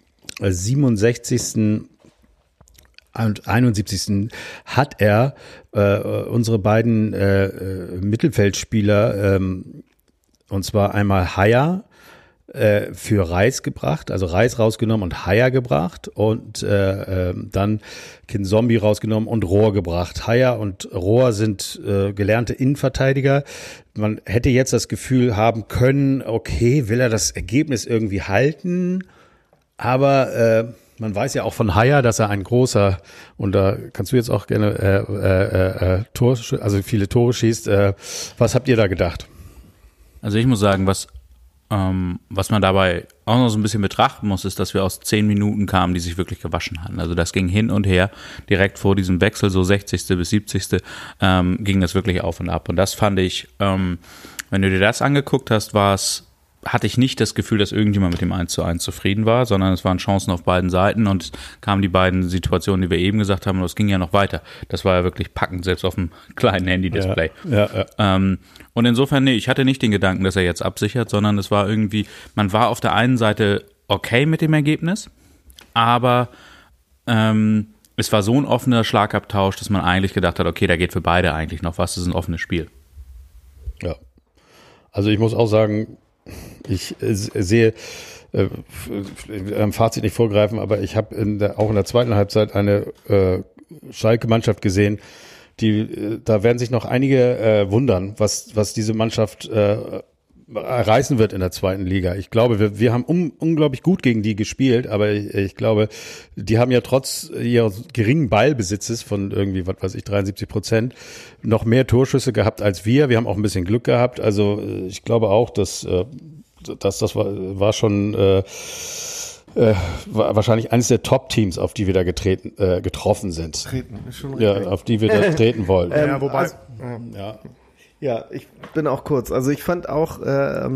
67. und 71. hat er unsere beiden Mittelfeldspieler, und zwar einmal Haya für Reis gebracht, also Reis rausgenommen und Haya gebracht und dann Kinzombie rausgenommen und Rohr gebracht. Haya und Rohr sind gelernte Innenverteidiger. Man hätte jetzt das Gefühl haben können, okay, will er das Ergebnis irgendwie halten, aber man weiß ja auch von Haya, dass er ein großer, und da kannst du jetzt auch gerne viele Tore schießt. Was habt ihr da gedacht? Also ich muss sagen, was man dabei auch noch so ein bisschen betrachten muss, ist, dass wir aus 10 Minuten kamen, die sich wirklich gewaschen hatten. Also das ging hin und her, direkt vor diesem Wechsel, so 60. bis 70. Ging das wirklich auf und ab. Und das fand ich, wenn du dir das angeguckt hast, hatte ich nicht das Gefühl, dass irgendjemand mit dem 1:1 zufrieden war, sondern es waren Chancen auf beiden Seiten und kamen die beiden Situationen, die wir eben gesagt haben, und es ging ja noch weiter. Das war ja wirklich packend, selbst auf dem kleinen Handy-Display. Ja. Und insofern, ich hatte nicht den Gedanken, dass er jetzt absichert, sondern es war irgendwie, man war auf der einen Seite okay mit dem Ergebnis, aber es war so ein offener Schlagabtausch, dass man eigentlich gedacht hat, okay, da geht für beide eigentlich noch was, das ist ein offenes Spiel. Ja, also ich muss auch sagen, ich sehe, Fazit nicht vorgreifen, aber ich habe auch in der zweiten Halbzeit eine Schalke-Mannschaft gesehen, da werden sich noch einige wundern, was diese Mannschaft reißen wird in der zweiten Liga. Ich glaube, wir haben unglaublich gut gegen die gespielt, aber ich glaube, die haben ja trotz ihres geringen Ballbesitzes von irgendwie, 73%, noch mehr Torschüsse gehabt als wir. Wir haben auch ein bisschen Glück gehabt. Also ich glaube auch, dass das war schon wahrscheinlich eines der Top-Teams, auf die wir da getroffen sind. Ist schon richtig. Ja, auf die wir da treten wollen. Ja, wobei. Ja, ich bin auch kurz. Also ich fand auch der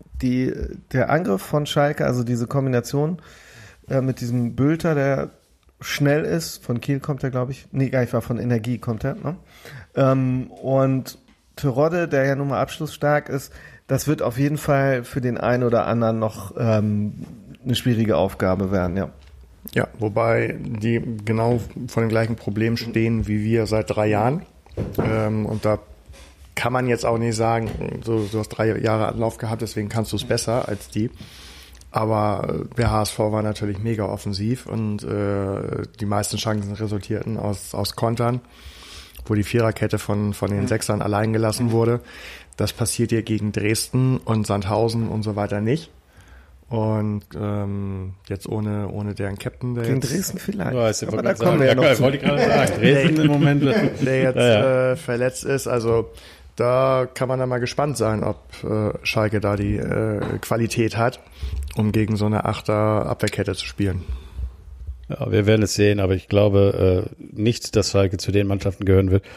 Angriff von Schalke, also diese Kombination mit diesem Bülter, der schnell ist, von Kiel kommt er, glaube ich. Nee, gar nicht, war von Energie kommt er. Ne? Und Terodde, der ja nun mal abschlussstark ist, das wird auf jeden Fall für den einen oder anderen noch eine schwierige Aufgabe werden, ja. Ja, wobei die genau vor den gleichen Problemen stehen wie wir seit 3 Jahren. Und da kann man jetzt auch nicht sagen, du hast 3 Jahre Anlauf gehabt, deswegen kannst du es besser als die. Aber der HSV war natürlich mega offensiv und die meisten Chancen resultierten aus Kontern, wo die Viererkette von den Sechsern allein gelassen wurde. Das passiert hier gegen Dresden und Sandhausen und so weiter nicht. Und jetzt ohne deren Captain, der gegen jetzt, Dresden vielleicht. Ja, aber da kommen wir ja noch zu. Wollte ich gerade sagen. Dresden im Moment. der jetzt verletzt ist. Also da kann man dann mal gespannt sein, ob Schalke da die Qualität hat, um gegen so eine Achter-Abwehrkette zu spielen. Ja, wir werden es sehen, aber ich glaube nicht, dass Schalke zu den Mannschaften gehören wird,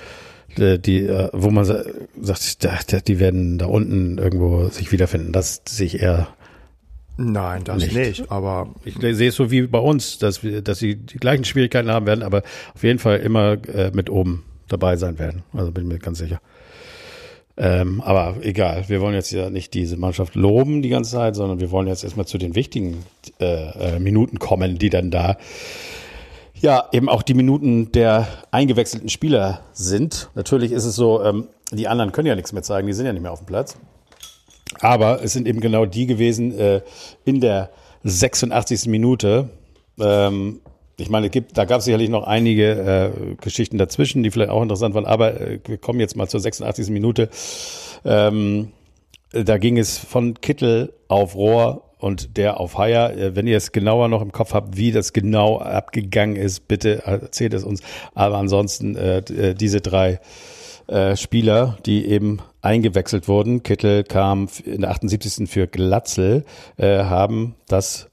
wo man sagt, die werden da unten irgendwo sich wiederfinden. Das sehe ich eher. Nein, das nicht, aber ich sehe es so wie bei uns, dass sie die gleichen Schwierigkeiten haben werden, aber auf jeden Fall immer mit oben dabei sein werden. Also bin ich mir ganz sicher. Aber egal, wir wollen jetzt ja nicht diese Mannschaft loben die ganze Zeit, sondern wir wollen jetzt erstmal zu den wichtigen Minuten kommen, die dann da ja eben auch die Minuten der eingewechselten Spieler sind. Natürlich ist es so, die anderen können ja nichts mehr zeigen, die sind ja nicht mehr auf dem Platz. Aber es sind eben genau die gewesen in der 86. Minute. Ich meine, da gab es sicherlich noch einige Geschichten dazwischen, die vielleicht auch interessant waren. Aber wir kommen jetzt mal zur 86. Minute. Da ging es von Kittel auf Rohr und der auf Haier. Wenn ihr es genauer noch im Kopf habt, wie das genau abgegangen ist, bitte erzählt es uns. Aber ansonsten diese 3 Spieler, die eben eingewechselt wurden. Kittel kam in der 78. für Glatzel, haben das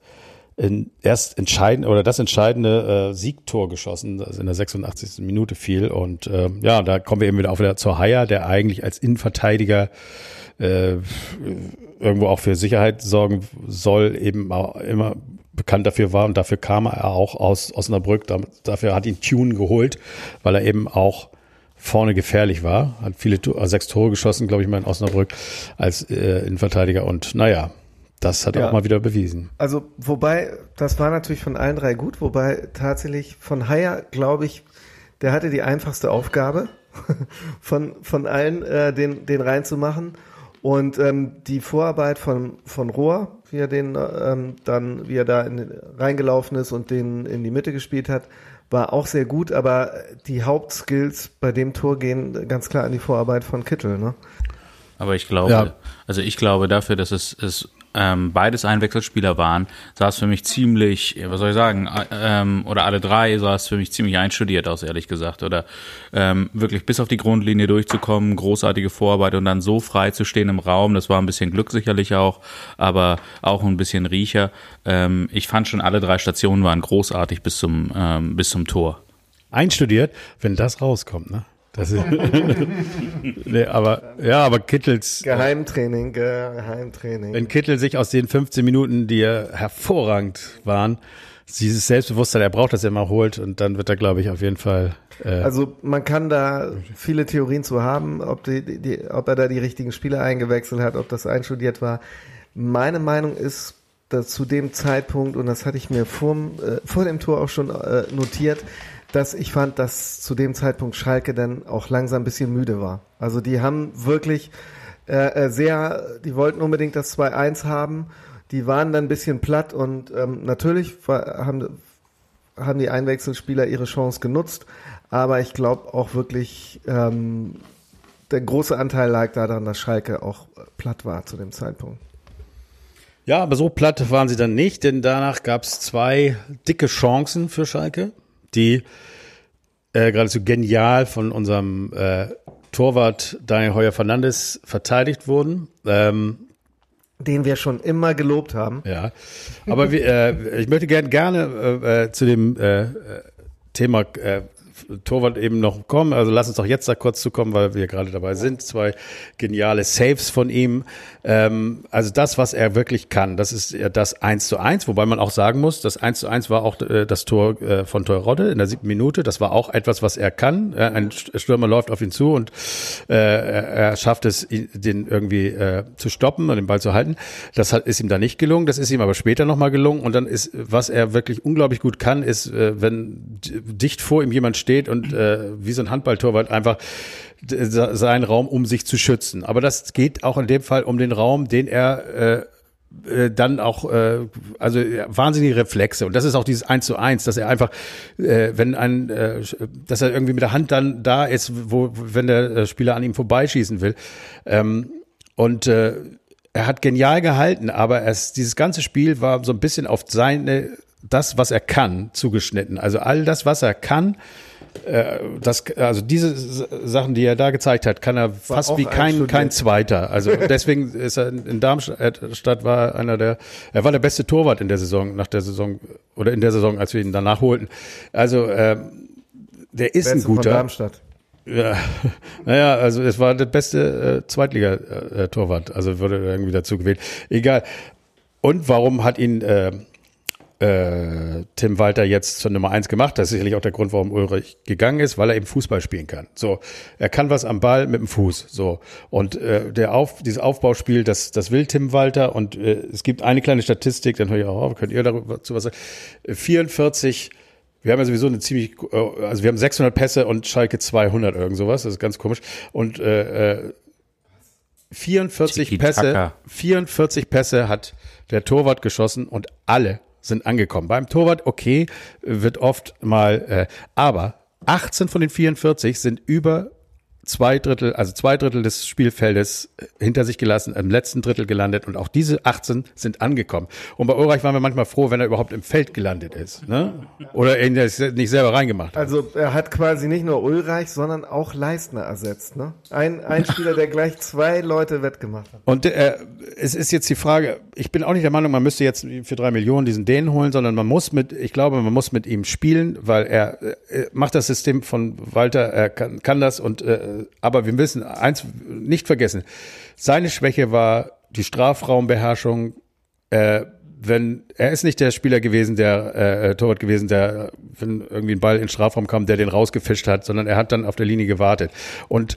entscheidende Siegtor geschossen, das in der 86. Minute fiel. Und da kommen wir eben wieder zur Haier, der eigentlich als Innenverteidiger irgendwo auch für Sicherheit sorgen soll, eben auch immer bekannt dafür war. Und dafür kam er auch aus Osnabrück. Dafür hat ihn Thune geholt, weil er eben auch vorne gefährlich war, hat 6 Tore geschossen, glaube ich mal in Osnabrück als Innenverteidiger und das hat er auch mal wieder bewiesen. Also wobei, das war natürlich von allen 3 gut, wobei tatsächlich von Haier, glaube ich, der hatte die einfachste Aufgabe von allen, den reinzumachen und die Vorarbeit von Rohr, wie er da reingelaufen ist und den in die Mitte gespielt hat, war auch sehr gut, aber die Hauptskills bei dem Tor gehen ganz klar an die Vorarbeit von Kittel, ne? Aber ich glaube, dafür, dass es beides Einwechselspieler waren, sah es für mich ziemlich, was soll ich sagen, oder alle 3 sah es für mich ziemlich einstudiert aus, ehrlich gesagt. Oder wirklich bis auf die Grundlinie durchzukommen, großartige Vorarbeit und dann so frei zu stehen im Raum, das war ein bisschen Glück sicherlich auch, aber auch ein bisschen Riecher. Ich fand schon, alle 3 Stationen waren großartig bis zum Tor. Einstudiert, wenn das rauskommt, ne? Das ist aber Kittels Geheimtraining. Wenn Kittel sich aus den 15 Minuten, die hervorragend waren, dieses Selbstbewusstsein, er braucht das ja mal holt und dann wird er, glaube ich, auf jeden Fall. Also man kann da viele Theorien zu haben, ob er da die richtigen Spieler eingewechselt hat, ob das einstudiert war. Meine Meinung ist, zu dem Zeitpunkt, und das hatte ich mir vor dem Tor auch schon notiert, dass ich fand, dass zu dem Zeitpunkt Schalke dann auch langsam ein bisschen müde war. Also die haben wirklich die wollten unbedingt das 2-1 haben, die waren dann ein bisschen platt und natürlich haben die Einwechselspieler ihre Chance genutzt, aber ich glaube auch wirklich, der große Anteil lag daran, dass Schalke auch platt war zu dem Zeitpunkt. Ja, aber so platt waren sie dann nicht, denn danach gab es 2 dicke Chancen für Schalke, die geradezu genial von unserem Torwart Daniel Heuer-Fernandes verteidigt wurden. Den wir schon immer gelobt haben. Ja, aber ich möchte gerne zu dem Thema Torwart eben noch kommen. Also lass uns doch jetzt da kurz zukommen, weil wir gerade dabei sind. 2 geniale Saves von ihm. Also das, was er wirklich kann, das ist das 1:1, wobei man auch sagen muss, das 1:1 war auch das Tor von Terodde in der 7. Minute. Das war auch etwas, was er kann. Ein Stürmer läuft auf ihn zu und er schafft es, den irgendwie zu stoppen und den Ball zu halten. Das ist ihm da nicht gelungen. Das ist ihm aber später nochmal gelungen. Und dann ist, was er wirklich unglaublich gut kann, ist, wenn dicht vor ihm jemand steht und wie so ein Handballtorwart einfach seinen Raum, um sich zu schützen. Aber das geht auch in dem Fall um den Raum, den er dann auch, also wahnsinnige Reflexe. Und das ist auch dieses 1:1, dass er einfach, dass er irgendwie mit der Hand dann da ist, wenn der Spieler an ihm vorbeischießen will. Und er hat genial gehalten, aber dieses ganze Spiel war so ein bisschen auf das, was er kann, zugeschnitten. Also all das, was er kann, also diese Sachen, die er da gezeigt hat, kann er fast wie kein Zweiter. Also deswegen ist er in Darmstadt er war der beste Torwart in der Saison, in der Saison, als wir ihn danach holten. Also der ist ein guter. Von Darmstadt. Ja, naja, also es war der beste Zweitliga-Torwart, also wurde irgendwie dazu gewählt. Egal. Und warum hat ihn Tim Walter jetzt zur Nummer 1 gemacht? Das ist sicherlich auch der Grund, warum Ulreich gegangen ist, weil er eben Fußball spielen kann. So, er kann was am Ball mit dem Fuß. So, und dieses Aufbauspiel, das will Tim Walter. Und es gibt eine kleine Statistik, dann höre ich auch auf, könnt ihr dazu was sagen? 44. Wir haben ja sowieso wir haben 600 Pässe und Schalke 200 irgend sowas. Das ist ganz komisch. Und 44 Pässe hat der Torwart geschossen und alle sind angekommen. Beim Torwart, okay, wird oft mal, aber 18 von den 44 sind über 2/3 des Spielfeldes hinter sich gelassen, im letzten Drittel gelandet und auch diese 18 sind angekommen. Und bei Ulreich waren wir manchmal froh, wenn er überhaupt im Feld gelandet ist, ne? Oder er nicht selber reingemacht hat. Also er hat quasi nicht nur Ulreich, sondern auch Leistner ersetzt, ne? Ein Spieler, der gleich 2 Leute wettgemacht hat. Und es ist jetzt die Frage, ich bin auch nicht der Meinung, man müsste jetzt für 3 Millionen diesen Dänen holen, sondern man muss mit ihm spielen, weil er macht das System von Walter, er kann das und aber wir müssen eins nicht vergessen. Seine Schwäche war die Strafraumbeherrschung. Er ist nicht der Spieler gewesen, der Torwart gewesen, der, wenn irgendwie ein Ball in den Strafraum kam, der den rausgefischt hat, sondern er hat dann auf der Linie gewartet. Und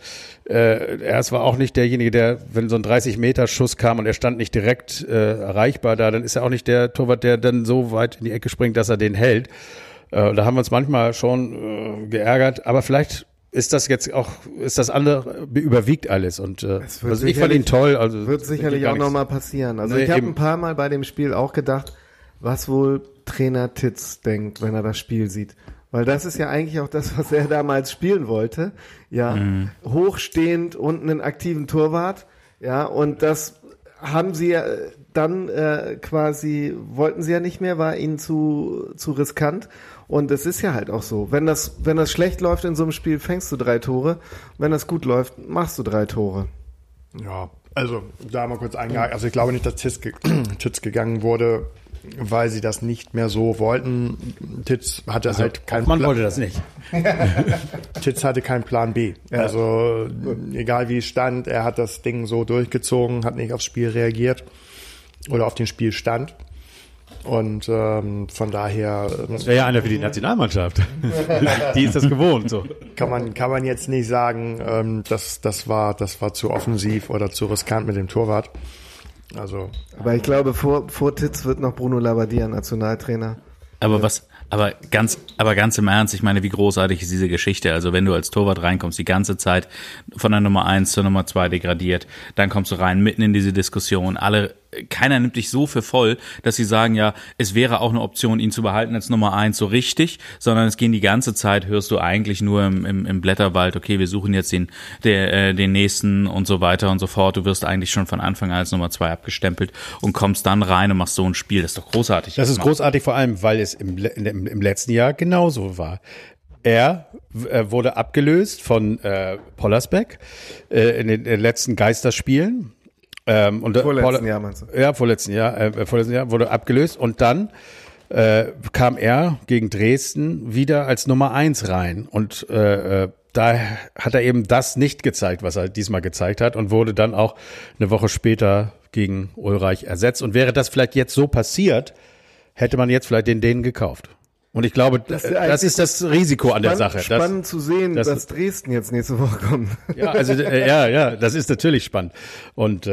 es war auch nicht derjenige, der, wenn so ein 30-Meter-Schuss kam und er stand nicht direkt erreichbar da, dann ist er auch nicht der Torwart, der dann so weit in die Ecke springt, dass er den hält. Da haben wir uns manchmal schon geärgert, aber vielleicht ist das andere überwiegt alles und also ich fand ihn toll. Also wird sicherlich auch nochmal passieren. Also ich habe ein paar Mal bei dem Spiel auch gedacht, was wohl Trainer Titz denkt, wenn er das Spiel sieht. Weil das ist ja eigentlich auch das, was er damals spielen wollte. Ja, hochstehend und einen aktiven Torwart. Ja, und das haben sie ja dann wollten sie ja nicht mehr, war ihnen zu riskant. Und es ist ja halt auch so, wenn das schlecht läuft in so einem Spiel, fängst du 3 Tore. Wenn das gut läuft, machst du 3 Tore. Ja, also da mal kurz eingehakt. Also ich glaube nicht, dass Titz gegangen wurde, weil sie das nicht mehr so wollten. Titz hatte halt keinen Plan. Man wollte das nicht. Titz hatte keinen Plan B. Ja. Also egal wie es stand, er hat das Ding so durchgezogen, hat nicht aufs Spiel reagiert oder auf den Spielstand. Und von daher. Das wäre ja einer für die Nationalmannschaft. Die ist das gewohnt. So. Kann man jetzt nicht sagen, das war zu offensiv oder zu riskant mit dem Torwart. Also. Aber ich glaube, vor Titz wird noch Bruno Labbadia Nationaltrainer. Aber ganz im Ernst, ich meine, wie großartig ist diese Geschichte? Also wenn du als Torwart reinkommst, die ganze Zeit von der Nummer 1 zur Nummer 2 degradiert, dann kommst du rein, mitten in diese Diskussion, keiner nimmt dich so für voll, dass sie sagen, ja, es wäre auch eine Option, ihn zu behalten als Nummer 1 so richtig, sondern es gehen die ganze Zeit, hörst du eigentlich nur im Blätterwald, okay, wir suchen jetzt den nächsten und so weiter und so fort. Du wirst eigentlich schon von Anfang an als Nummer 2 abgestempelt und kommst dann rein und machst so ein Spiel. Das ist doch großartig. Das ist großartig, vor allem, weil es im letzten Jahr genauso war. Er wurde abgelöst von Pollersbeck in den letzten Geisterspielen. Vorletzten Jahr meinst du? Ja, vorletzten Jahr wurde abgelöst und dann kam er gegen Dresden wieder als Nummer 1 rein und da hat er eben das nicht gezeigt, was er diesmal gezeigt hat und wurde dann auch eine Woche später gegen Ulreich ersetzt. Und wäre das vielleicht jetzt so passiert, hätte man jetzt vielleicht den gekauft. Und ich glaube, das ist das Risiko an der Sache. Spannend zu sehen, dass Dresden jetzt nächste Woche kommt. Ja, also das ist natürlich spannend. Und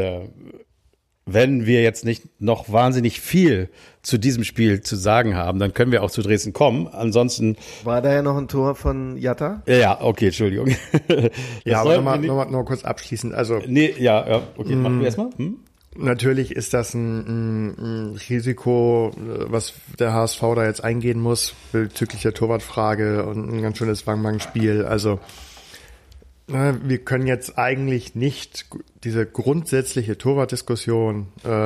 wenn wir jetzt nicht noch wahnsinnig viel zu diesem Spiel zu sagen haben, dann können wir auch zu Dresden kommen. Ansonsten war da ja noch ein Tor von Jatta? Ja, okay, Entschuldigung. Ja, aber noch kurz abschließend. Also okay, mach du erstmal. Natürlich ist das ein Risiko, was der HSV da jetzt eingehen muss bezüglich der Torwartfrage und ein ganz schönes Wang-Wang-Spiel. Also wir können jetzt eigentlich nicht diese grundsätzliche Torwartdiskussion,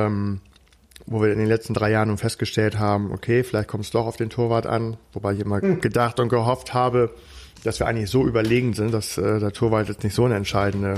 wo wir in den letzten 3 Jahren nun festgestellt haben, okay, vielleicht kommt es doch auf den Torwart an, wobei ich immer gedacht und gehofft habe, dass wir eigentlich so überlegen sind, dass der Torwart jetzt nicht so eine entscheidende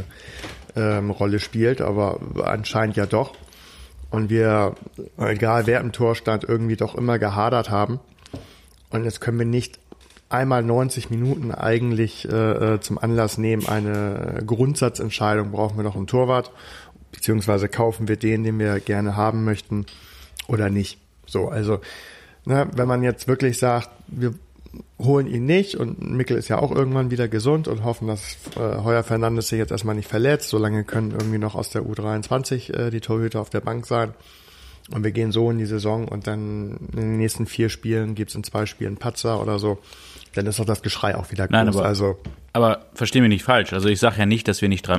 Rolle spielt, aber anscheinend ja doch. Und wir, egal wer im Tor stand, irgendwie doch immer gehadert haben. Und jetzt können wir nicht einmal 90 Minuten eigentlich zum Anlass nehmen, eine Grundsatzentscheidung, brauchen wir noch einen Torwart, beziehungsweise kaufen wir den wir gerne haben möchten oder nicht. So, also wenn man jetzt wirklich sagt, wir holen ihn nicht und Mikkel ist ja auch irgendwann wieder gesund und hoffen, dass Heuer Fernandes sich jetzt erstmal nicht verletzt. Solange können irgendwie noch aus der U23 die Torhüter auf der Bank sein. Und wir gehen so in die Saison und dann in den nächsten 4 Spielen gibt's in 2 Spielen Patzer oder so. Dann ist doch das Geschrei auch wieder groß. Nein, aber versteh mich nicht falsch. Also ich sage ja nicht, dass wir nicht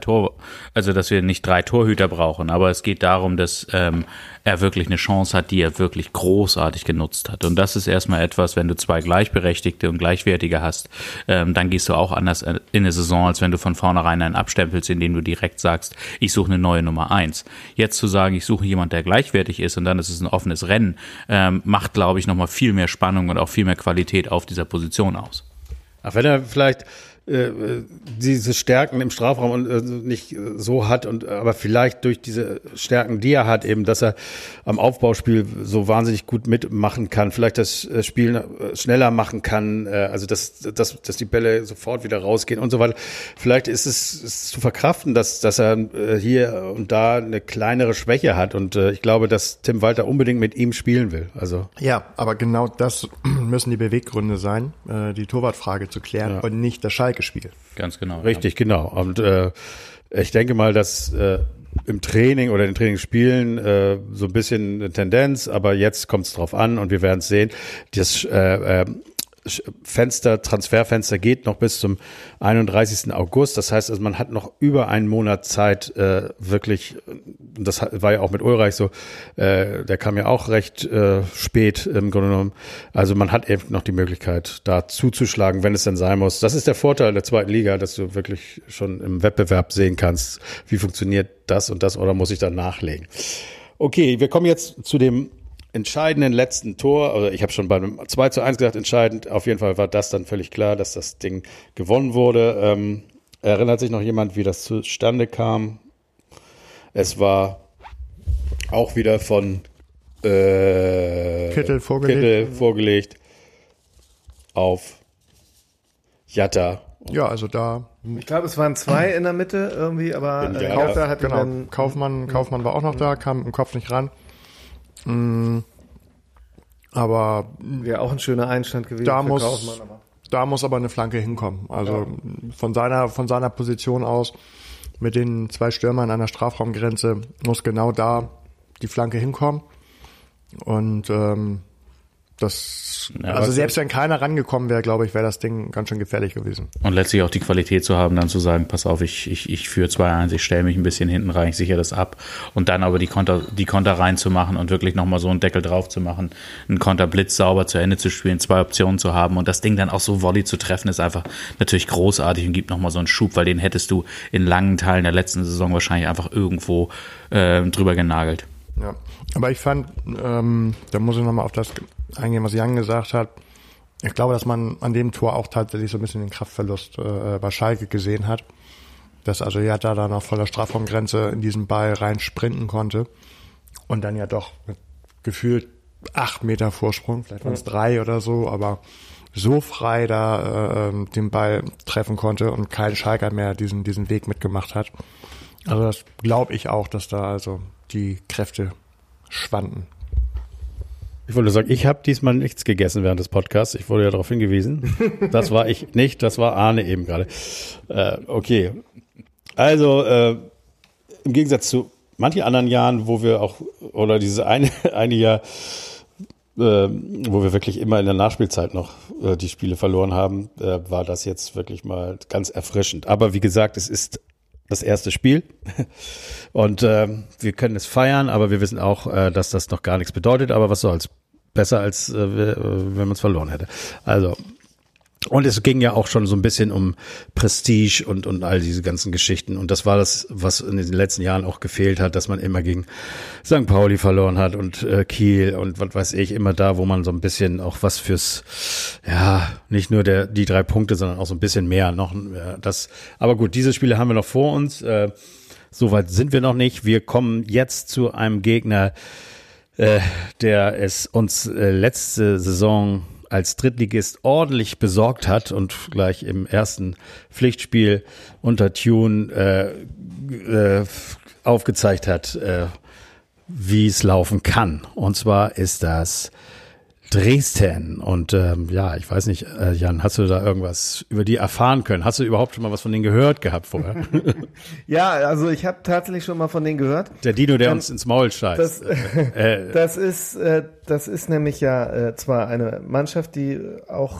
dass wir nicht 3 Torhüter brauchen. Aber es geht darum, dass er wirklich eine Chance hat, die er wirklich großartig genutzt hat. Und das ist erstmal etwas, wenn du 2 Gleichberechtigte und Gleichwertige hast, dann gehst du auch anders in eine Saison, als wenn du von vornherein einen abstempelst, indem du direkt sagst, ich suche eine neue Nummer 1. Jetzt zu sagen, ich suche jemanden, der gleichwertig ist und dann ist es ein offenes Rennen, macht, glaube ich, nochmal viel mehr Spannung und auch viel mehr Qualität auf dieser Position aus. Ach, wenn er vielleicht diese Stärken im Strafraum nicht so hat aber vielleicht durch diese Stärken, die er hat, eben, dass er am Aufbauspiel so wahnsinnig gut mitmachen kann, vielleicht das Spiel schneller machen kann, also dass die Bälle sofort wieder rausgehen und so weiter. Vielleicht ist es zu verkraften, dass er hier und da eine kleinere Schwäche hat und ich glaube, dass Tim Walter unbedingt mit ihm spielen will. Also ja, aber genau das müssen die Beweggründe sein, die Torwartfrage zu klären und nicht das Schalke-Spiel. Ganz genau. Richtig, genau. Und ich denke mal, dass im Training oder in den Trainingsspielen so ein bisschen eine Tendenz, aber jetzt kommt es drauf an und wir werden es sehen. Das Transferfenster geht noch bis zum 31. August. Das heißt, also man hat noch über einen Monat Zeit, wirklich, das war ja auch mit Ulreich so, der kam ja auch recht spät im Grunde genommen. Also man hat eben noch die Möglichkeit, da zuzuschlagen, wenn es denn sein muss. Das ist der Vorteil der 2. Liga, dass du wirklich schon im Wettbewerb sehen kannst, wie funktioniert das und das oder muss ich da nachlegen. Okay, wir kommen jetzt zu dem entscheidenden letzten Tor, also ich habe schon beim 2:1 gesagt, entscheidend, auf jeden Fall war das dann völlig klar, dass das Ding gewonnen wurde. Erinnert sich noch jemand, wie das zustande kam? Es war auch wieder von Kittel vorgelegt auf Jatta. Ja, also da. Ich glaube, es waren 2 in der Mitte irgendwie, aber Kaufmann hat Kaufmann war auch noch da, kam im Kopf nicht ran. Aber wäre auch ein schöner Einstand gewesen. Da muss aber eine Flanke hinkommen. Also von seiner Position aus mit den 2 Stürmern an der Strafraumgrenze muss genau da die Flanke hinkommen. Und also selbst wenn keiner rangekommen wäre, glaube ich, wäre das Ding ganz schön gefährlich gewesen. Und letztlich auch die Qualität zu haben, dann zu sagen, pass auf, ich führe 2-1, ich stelle mich ein bisschen hinten rein, ich sichere das ab und dann aber die Konter reinzumachen und wirklich nochmal so einen Deckel drauf zu machen, einen Konterblitz sauber zu Ende zu spielen, 2 Optionen zu haben und das Ding dann auch so Volley zu treffen, ist einfach natürlich großartig und gibt nochmal so einen Schub, weil den hättest du in langen Teilen der letzten Saison wahrscheinlich einfach irgendwo drüber genagelt. Ja, aber ich fand, da muss ich nochmal auf das eingehen, was Jan gesagt hat. Ich glaube, dass man an dem Tor auch tatsächlich so ein bisschen den Kraftverlust bei Schalke gesehen hat. Dass also Jatta da noch vor der Strafraumgrenze in diesen Ball rein sprinten konnte und dann ja doch mit gefühlt 8 Meter Vorsprung, vielleicht waren es 3 oder so, aber so frei da den Ball treffen konnte und kein Schalker mehr diesen Weg mitgemacht hat. Also das glaube ich auch, dass da also die Kräfte schwanden. Ich wollte sagen, ich habe diesmal nichts gegessen während des Podcasts. Ich wurde ja darauf hingewiesen. Das war ich nicht, das war Arne eben gerade. Okay. Also im Gegensatz zu manchen anderen Jahren, wo wir auch, oder dieses eine Jahr, wo wir wirklich immer in der Nachspielzeit noch die Spiele verloren haben, war das jetzt wirklich mal ganz erfrischend. Aber wie gesagt, es ist das erste Spiel und wir können es feiern, aber wir wissen auch, dass das noch gar nichts bedeutet, aber was soll's, besser als wenn man es verloren hätte. Also, und es ging ja auch schon so ein bisschen um Prestige und all diese ganzen Geschichten und das war das, was in den letzten Jahren auch gefehlt hat, dass man immer gegen St. Pauli verloren hat und Kiel und was weiß ich, immer da, wo man so ein bisschen auch was fürs, ja, nicht nur die 3 Punkte, sondern auch so ein bisschen mehr noch. Aber gut, diese Spiele haben wir noch vor uns. Soweit sind wir noch nicht. Wir kommen jetzt zu einem Gegner, der es uns letzte Saison als Drittligist ordentlich besorgt hat und gleich im ersten Pflichtspiel unter Tune aufgezeigt hat, wie es laufen kann. Und zwar ist das Dresden. Und ja, ich weiß nicht, Jan, hast du da irgendwas über die erfahren können? Hast du überhaupt schon mal was von denen gehört gehabt vorher? Ja, also ich habe tatsächlich schon mal von denen gehört. Der Dino, der uns ins Maul scheißt. Das ist nämlich ja zwar eine Mannschaft, die auch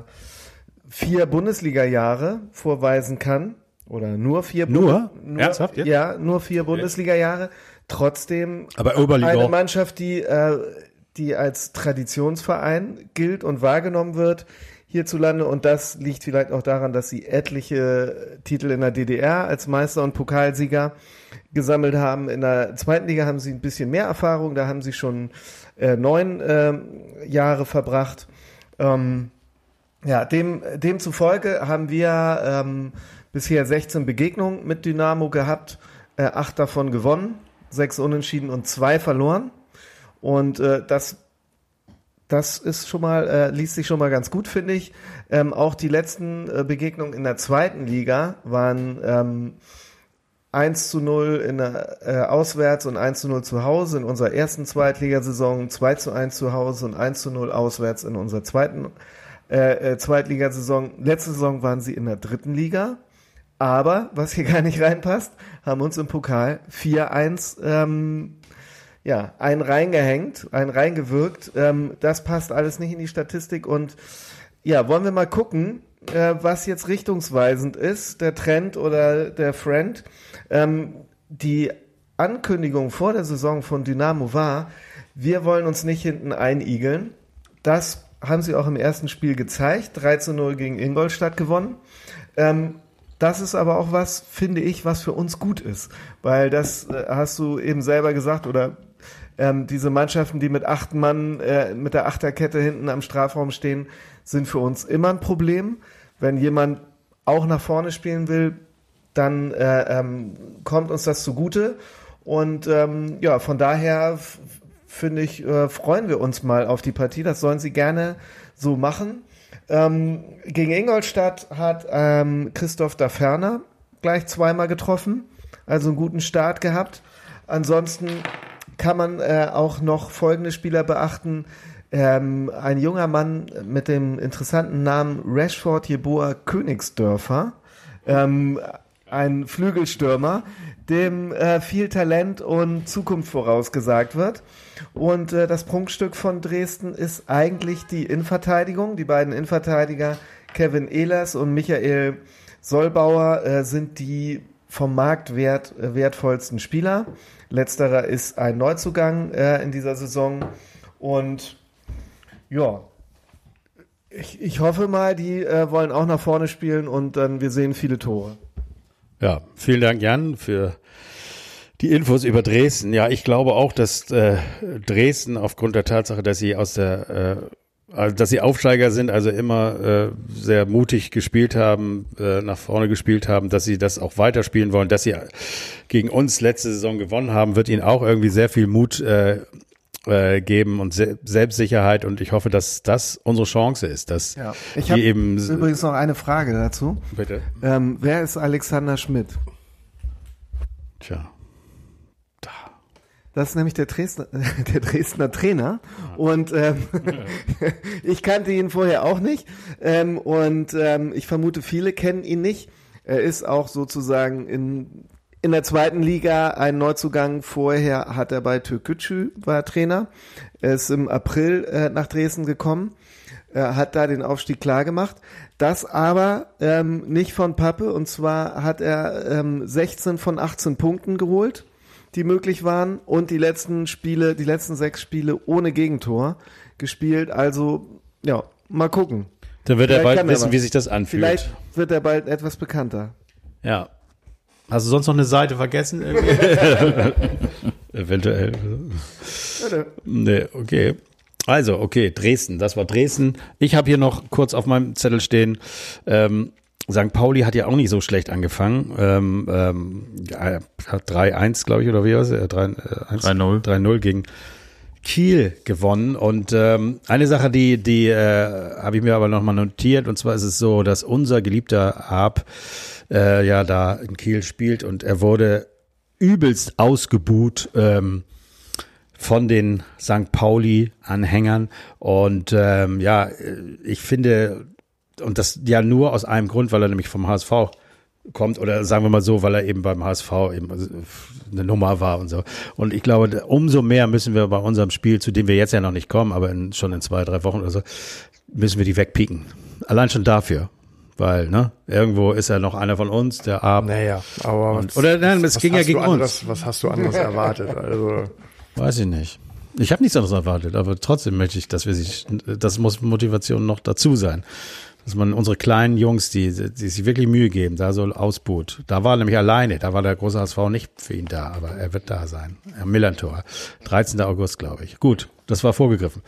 4 Bundesliga-Jahre vorweisen kann. Oder nur 4 Ernsthaft? Ja, nur 4 Bundesliga-Jahre. Trotzdem aber Oberliga eine auch. Mannschaft, die als Traditionsverein gilt und wahrgenommen wird hierzulande. Und das liegt vielleicht auch daran, dass sie etliche Titel in der DDR als Meister und Pokalsieger gesammelt haben. In der zweiten Liga haben sie ein bisschen mehr Erfahrung. Da haben sie schon 9 Jahre verbracht. Ja, demzufolge haben wir bisher 16 Begegnungen mit Dynamo gehabt, 8 davon gewonnen, 6 unentschieden und 2 verloren. Und das ist schon mal, liest sich schon mal ganz gut, finde ich. Auch die letzten Begegnungen in der zweiten Liga waren 1:0 in der auswärts und 1:0 zu Hause in unserer ersten Zweitligasaison, 2:1 zu Hause und 1:0 auswärts in unserer zweiten Zweitligasaison. Letzte Saison waren sie in der dritten Liga. Aber, was hier gar nicht reinpasst, haben uns im Pokal 4:1 einen reingehängt, einen reingewirkt. Das passt alles nicht in die Statistik. Und ja, wollen wir mal gucken, was jetzt richtungsweisend ist, der Trend oder der Friend. Die Ankündigung vor der Saison von Dynamo war, wir wollen uns nicht hinten einigeln. Das haben sie auch im ersten Spiel gezeigt. 3:0 gegen Ingolstadt gewonnen. Das ist aber auch was, finde ich, was für uns gut ist. Weil das hast du eben selber gesagt, oder diese Mannschaften, die mit 8 Mann, mit der Achterkette hinten am Strafraum stehen, sind für uns immer ein Problem. Wenn jemand auch nach vorne spielen will, dann kommt uns das zugute. Und ja, von daher finde ich, freuen wir uns mal auf die Partie. Das sollen sie gerne so machen. Gegen Ingolstadt hat Christoph Daferner gleich 2-mal getroffen, also einen guten Start gehabt. Ansonsten kann man auch noch folgende Spieler beachten. Ein junger Mann mit dem interessanten Namen Rashford Jeboa Königsdörfer ein Flügelstürmer, dem viel Talent und Zukunft vorausgesagt wird. Und das Prunkstück von Dresden ist eigentlich die Innenverteidigung. Die beiden Innenverteidiger Kevin Ehlers und Michael Sollbauer sind die vom Marktwert wertvollsten Spieler. Letzterer ist ein Neuzugang in dieser Saison. Und ja, ich hoffe mal, die wollen auch nach vorne spielen und dann wir sehen viele Tore. Ja, vielen Dank, Jan, für die Infos über Dresden. Ja, ich glaube auch, dass Dresden aufgrund der Tatsache, dass sie dass sie Aufsteiger sind, also immer sehr mutig gespielt haben, nach vorne gespielt haben, dass sie das auch weiterspielen wollen, dass sie gegen uns letzte Saison gewonnen haben, wird ihnen auch irgendwie sehr viel Mut geben und Selbstsicherheit, und ich hoffe, dass das unsere Chance ist. Dass ich habe übrigens noch eine Frage dazu. Bitte. Wer ist Alexander Schmidt? Tja. Das ist nämlich der Dresdner Trainer und ich kannte ihn vorher auch nicht und ich vermute, viele kennen ihn nicht. Er ist auch sozusagen in der zweiten Liga ein Neuzugang. Vorher hat er bei Türkgücü, war Trainer. Er ist im April nach Dresden gekommen, hat da den Aufstieg klar gemacht. Das aber nicht von Pappe, und zwar hat er 16 von 18 Punkten geholt, die möglich waren, und die letzten 6 Spiele ohne Gegentor gespielt. Also, ja, mal gucken. Dann wird er bald wissen, wie sich das anfühlt. Vielleicht wird er bald etwas bekannter. Ja. Hast du sonst noch eine Seite vergessen? Eventuell. Nee, okay. Also, okay, Dresden, das war Dresden. Ich habe hier noch kurz auf meinem Zettel stehen, St. Pauli hat ja auch nicht so schlecht angefangen. Hat 3-1, glaube ich, oder wie war es? 3-0. 3-0 gegen Kiel gewonnen. Und eine Sache, die habe ich mir aber nochmal notiert. Und zwar ist es so, dass unser geliebter Arp da in Kiel spielt. Und er wurde übelst ausgebuht von den St. Pauli-Anhängern. Und ich finde... Und das ja nur aus einem Grund, weil er nämlich vom HSV kommt, oder sagen wir mal so, weil er eben beim HSV eben eine Nummer war und so. Und ich glaube, umso mehr müssen wir bei unserem Spiel, zu dem wir jetzt ja noch nicht kommen, aber schon in 2-3 Wochen oder so, müssen wir die wegpieken. Allein schon dafür. Weil, irgendwo ist er noch einer von uns, der Arp. Naja, aber es ging ja gegen uns. Was hast du anderes erwartet? Also weiß ich nicht. Ich habe nichts anderes erwartet, aber trotzdem möchte ich, das muss Motivation noch dazu sein. Dass man unsere kleinen Jungs, die sich wirklich Mühe geben, da so ausbuht. Da war er nämlich alleine, da war der große HSV nicht für ihn da, aber er wird da sein. Am Millantor, 13. August, glaube ich. Gut, das war vorgegriffen.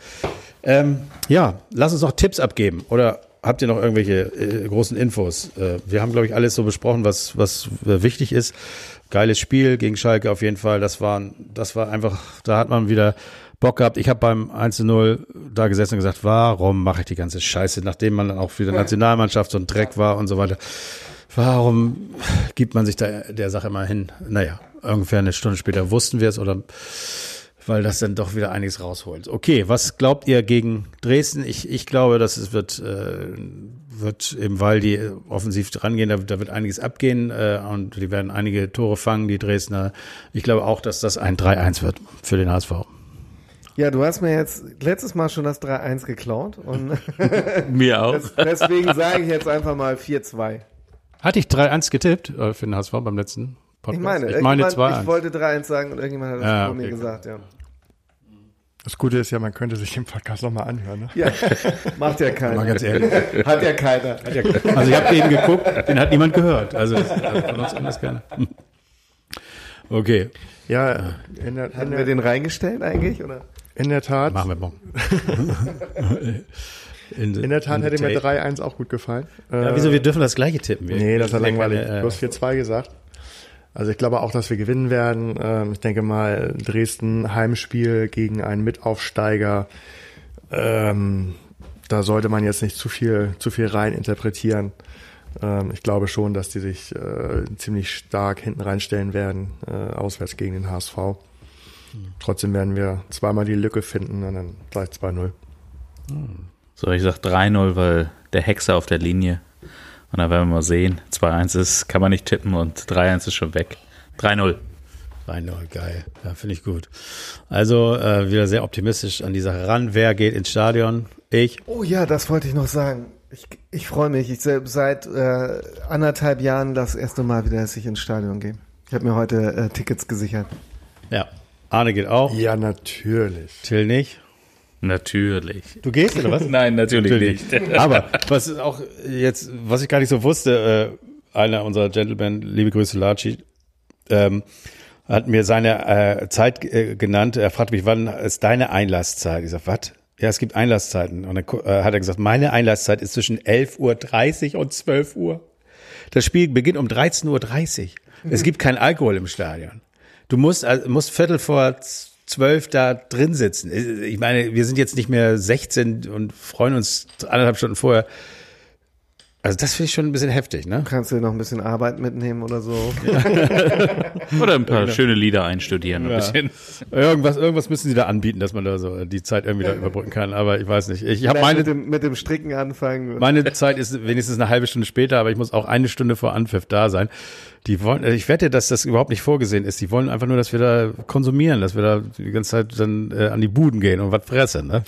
Lass uns noch Tipps abgeben, oder habt ihr noch irgendwelche großen Infos? Wir haben, glaube ich, alles so besprochen, was wichtig ist. Geiles Spiel gegen Schalke auf jeden Fall. Das war einfach, da hat man wieder Bock gehabt. Ich habe beim 1-0 da gesessen und gesagt, warum mache ich die ganze Scheiße, nachdem man dann auch wieder Nationalmannschaft so ein Dreck war und so weiter. Warum gibt man sich da der Sache mal hin? Naja, ungefähr eine Stunde später wussten wir es, oder weil das dann doch wieder einiges rausholt. Okay, was glaubt ihr gegen Dresden? Ich glaube, dass es wird eben, weil die offensiv rangehen, da wird einiges abgehen und die werden einige Tore fangen, die Dresdner. Ich glaube auch, dass das ein 3-1 wird für den HSV. Ja, du hast mir jetzt letztes Mal schon das 3-1 geklaut. Und mir auch. Deswegen sage ich jetzt einfach mal 4-2. Hatte ich 3-1 getippt für den HSV beim letzten Podcast? Ich meine 2-1. Ich wollte 3-1 sagen und irgendjemand hat das vor mir gesagt, ja. Das Gute ist ja, man könnte sich den Podcast nochmal anhören. Ne? Ja, macht ja keiner. Mal ganz ehrlich. Hat ja keiner. Also ich habe eben geguckt, den hat niemand gehört. Also von uns anders keiner. Okay. Ja, hatten wir den reingestellt eigentlich, oder? In der Tat. Machen wir morgen. In der Tat hätte mir 3-1 auch gut gefallen. Ja, wieso? Wir dürfen das Gleiche tippen. Nee, das ist langweilig. Du hast 4-2 gesagt. Also ich glaube auch, dass wir gewinnen werden. Ich denke mal, Dresden Heimspiel gegen einen Mitaufsteiger. Da sollte man jetzt nicht zu viel rein interpretieren. Ich glaube schon, dass die sich ziemlich stark hinten reinstellen werden, auswärts gegen den HSV. Trotzdem werden wir zweimal die Lücke finden und dann gleich 2-0. So, ich sag 3-0, weil der Hexer auf der Linie Und dann werden wir mal sehen. 2-1 kann man nicht tippen und 3-1 ist schon weg. 3-0. 3-0, geil. Ja, finde ich gut. Also wieder sehr optimistisch an die Sache ran. Wer geht ins Stadion? Ich. Oh ja, das wollte ich noch sagen. Ich freue mich. Ich seit 1,5 Jahren das erste Mal wieder, dass ich ins Stadion gehe. Ich habe mir heute Tickets gesichert. Ja. Arne geht auch. Ja, natürlich. Till nicht. Natürlich. Du gehst oder was? Nein, natürlich nicht. Aber was ich gar nicht so wusste, einer unserer Gentlemen, liebe Grüße Laci, hat mir seine Zeit genannt. Er fragt mich, wann ist deine Einlasszeit? Ich sag, was? Ja, es gibt Einlasszeiten. Und dann hat er gesagt, meine Einlasszeit ist zwischen 11:30 Uhr und 12 Uhr. Das Spiel beginnt um 13:30 Uhr. Es gibt keinen Alkohol im Stadion. Du musst 11:45 da drin sitzen. Ich meine, wir sind jetzt nicht mehr 16 und freuen uns 1,5 Stunden vorher. Also das finde ich schon ein bisschen heftig, ne? Kannst du noch ein bisschen Arbeit mitnehmen oder so? Oder ein paar schöne Lieder einstudieren. Ein bisschen. Irgendwas müssen sie da anbieten, dass man da so die Zeit irgendwie da überbrücken kann. Aber ich weiß nicht. Ich habe mit dem Stricken anfangen. Meine Zeit ist wenigstens eine halbe Stunde später, aber ich muss auch 1 Stunde vor Anpfiff da sein. Die wollen, ich wette, dass das überhaupt nicht vorgesehen ist. Die wollen einfach nur, dass wir da konsumieren, dass wir da die ganze Zeit dann an die Buden gehen und was fressen, ne?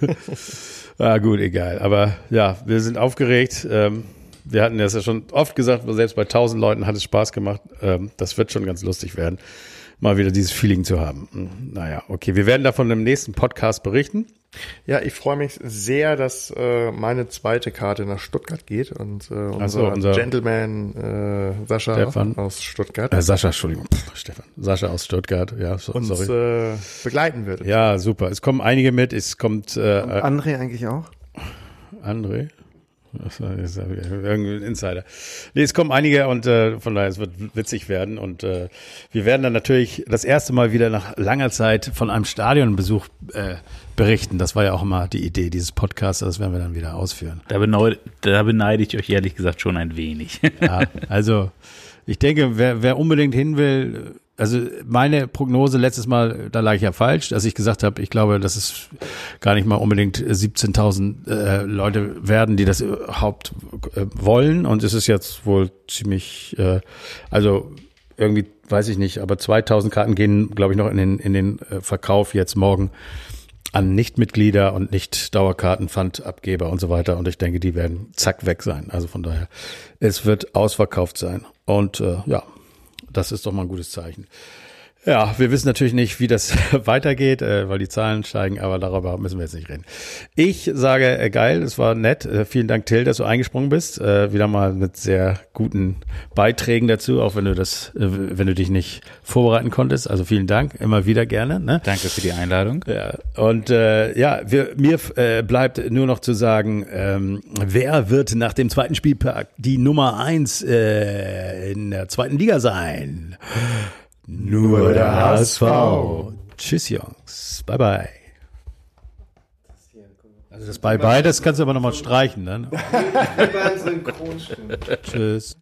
Ah, gut, egal. Aber ja, wir sind aufgeregt. Wir hatten das ja schon oft gesagt, selbst bei 1000 Leuten hat es Spaß gemacht. Das wird schon ganz lustig werden, mal wieder dieses Feeling zu haben. Naja, okay, wir werden davon im nächsten Podcast berichten. Ja, ich freue mich sehr, dass meine zweite Karte nach Stuttgart geht und unser Gentleman Sascha Stefan aus Stuttgart Sascha aus Stuttgart, ja, uns begleiten wird. Ja, super. Es kommen einige mit. Es kommt André eigentlich auch? André? Das war irgendwie ein Insider. Nee, es kommen einige und von daher, es wird witzig werden und wir werden dann natürlich das erste Mal wieder nach langer Zeit von einem Stadionbesuch berichten. Das war ja auch immer die Idee dieses Podcasts, das werden wir dann wieder ausführen. Da beneide ich euch ehrlich gesagt schon ein wenig. Ja, also ich denke, wer unbedingt hin will, also meine Prognose letztes Mal, da lag ich ja falsch, dass ich gesagt habe, ich glaube, dass es gar nicht mal unbedingt 17.000 Leute werden, die das überhaupt wollen. Und es ist jetzt wohl ziemlich, also irgendwie, weiß ich nicht, aber 2.000 Karten gehen, glaube ich, noch in den Verkauf jetzt morgen an Nichtmitglieder und Nicht-Dauerkarten-Pfandabgeber und so weiter. Und ich denke, die werden zack weg sein. Also von daher, es wird ausverkauft sein. Und ja, das ist doch mal ein gutes Zeichen. Ja, wir wissen natürlich nicht, wie das weitergeht, weil die Zahlen steigen, aber darüber müssen wir jetzt nicht reden. Ich sage, geil, es war nett. Vielen Dank, Till, dass du eingesprungen bist. Wieder mal mit sehr guten Beiträgen dazu, auch wenn du dich nicht vorbereiten konntest. Also vielen Dank, immer wieder gerne. Ne? Danke für die Einladung. Ja, und mir bleibt nur noch zu sagen, wer wird nach dem zweiten Spieltag die Nummer 1 in der zweiten Liga sein? Nur der HSV. Tschüss, Jungs. Bye, bye. Also das Bye, bye, das kannst du aber nochmal streichen, ne? Synchronstimmen. Tschüss.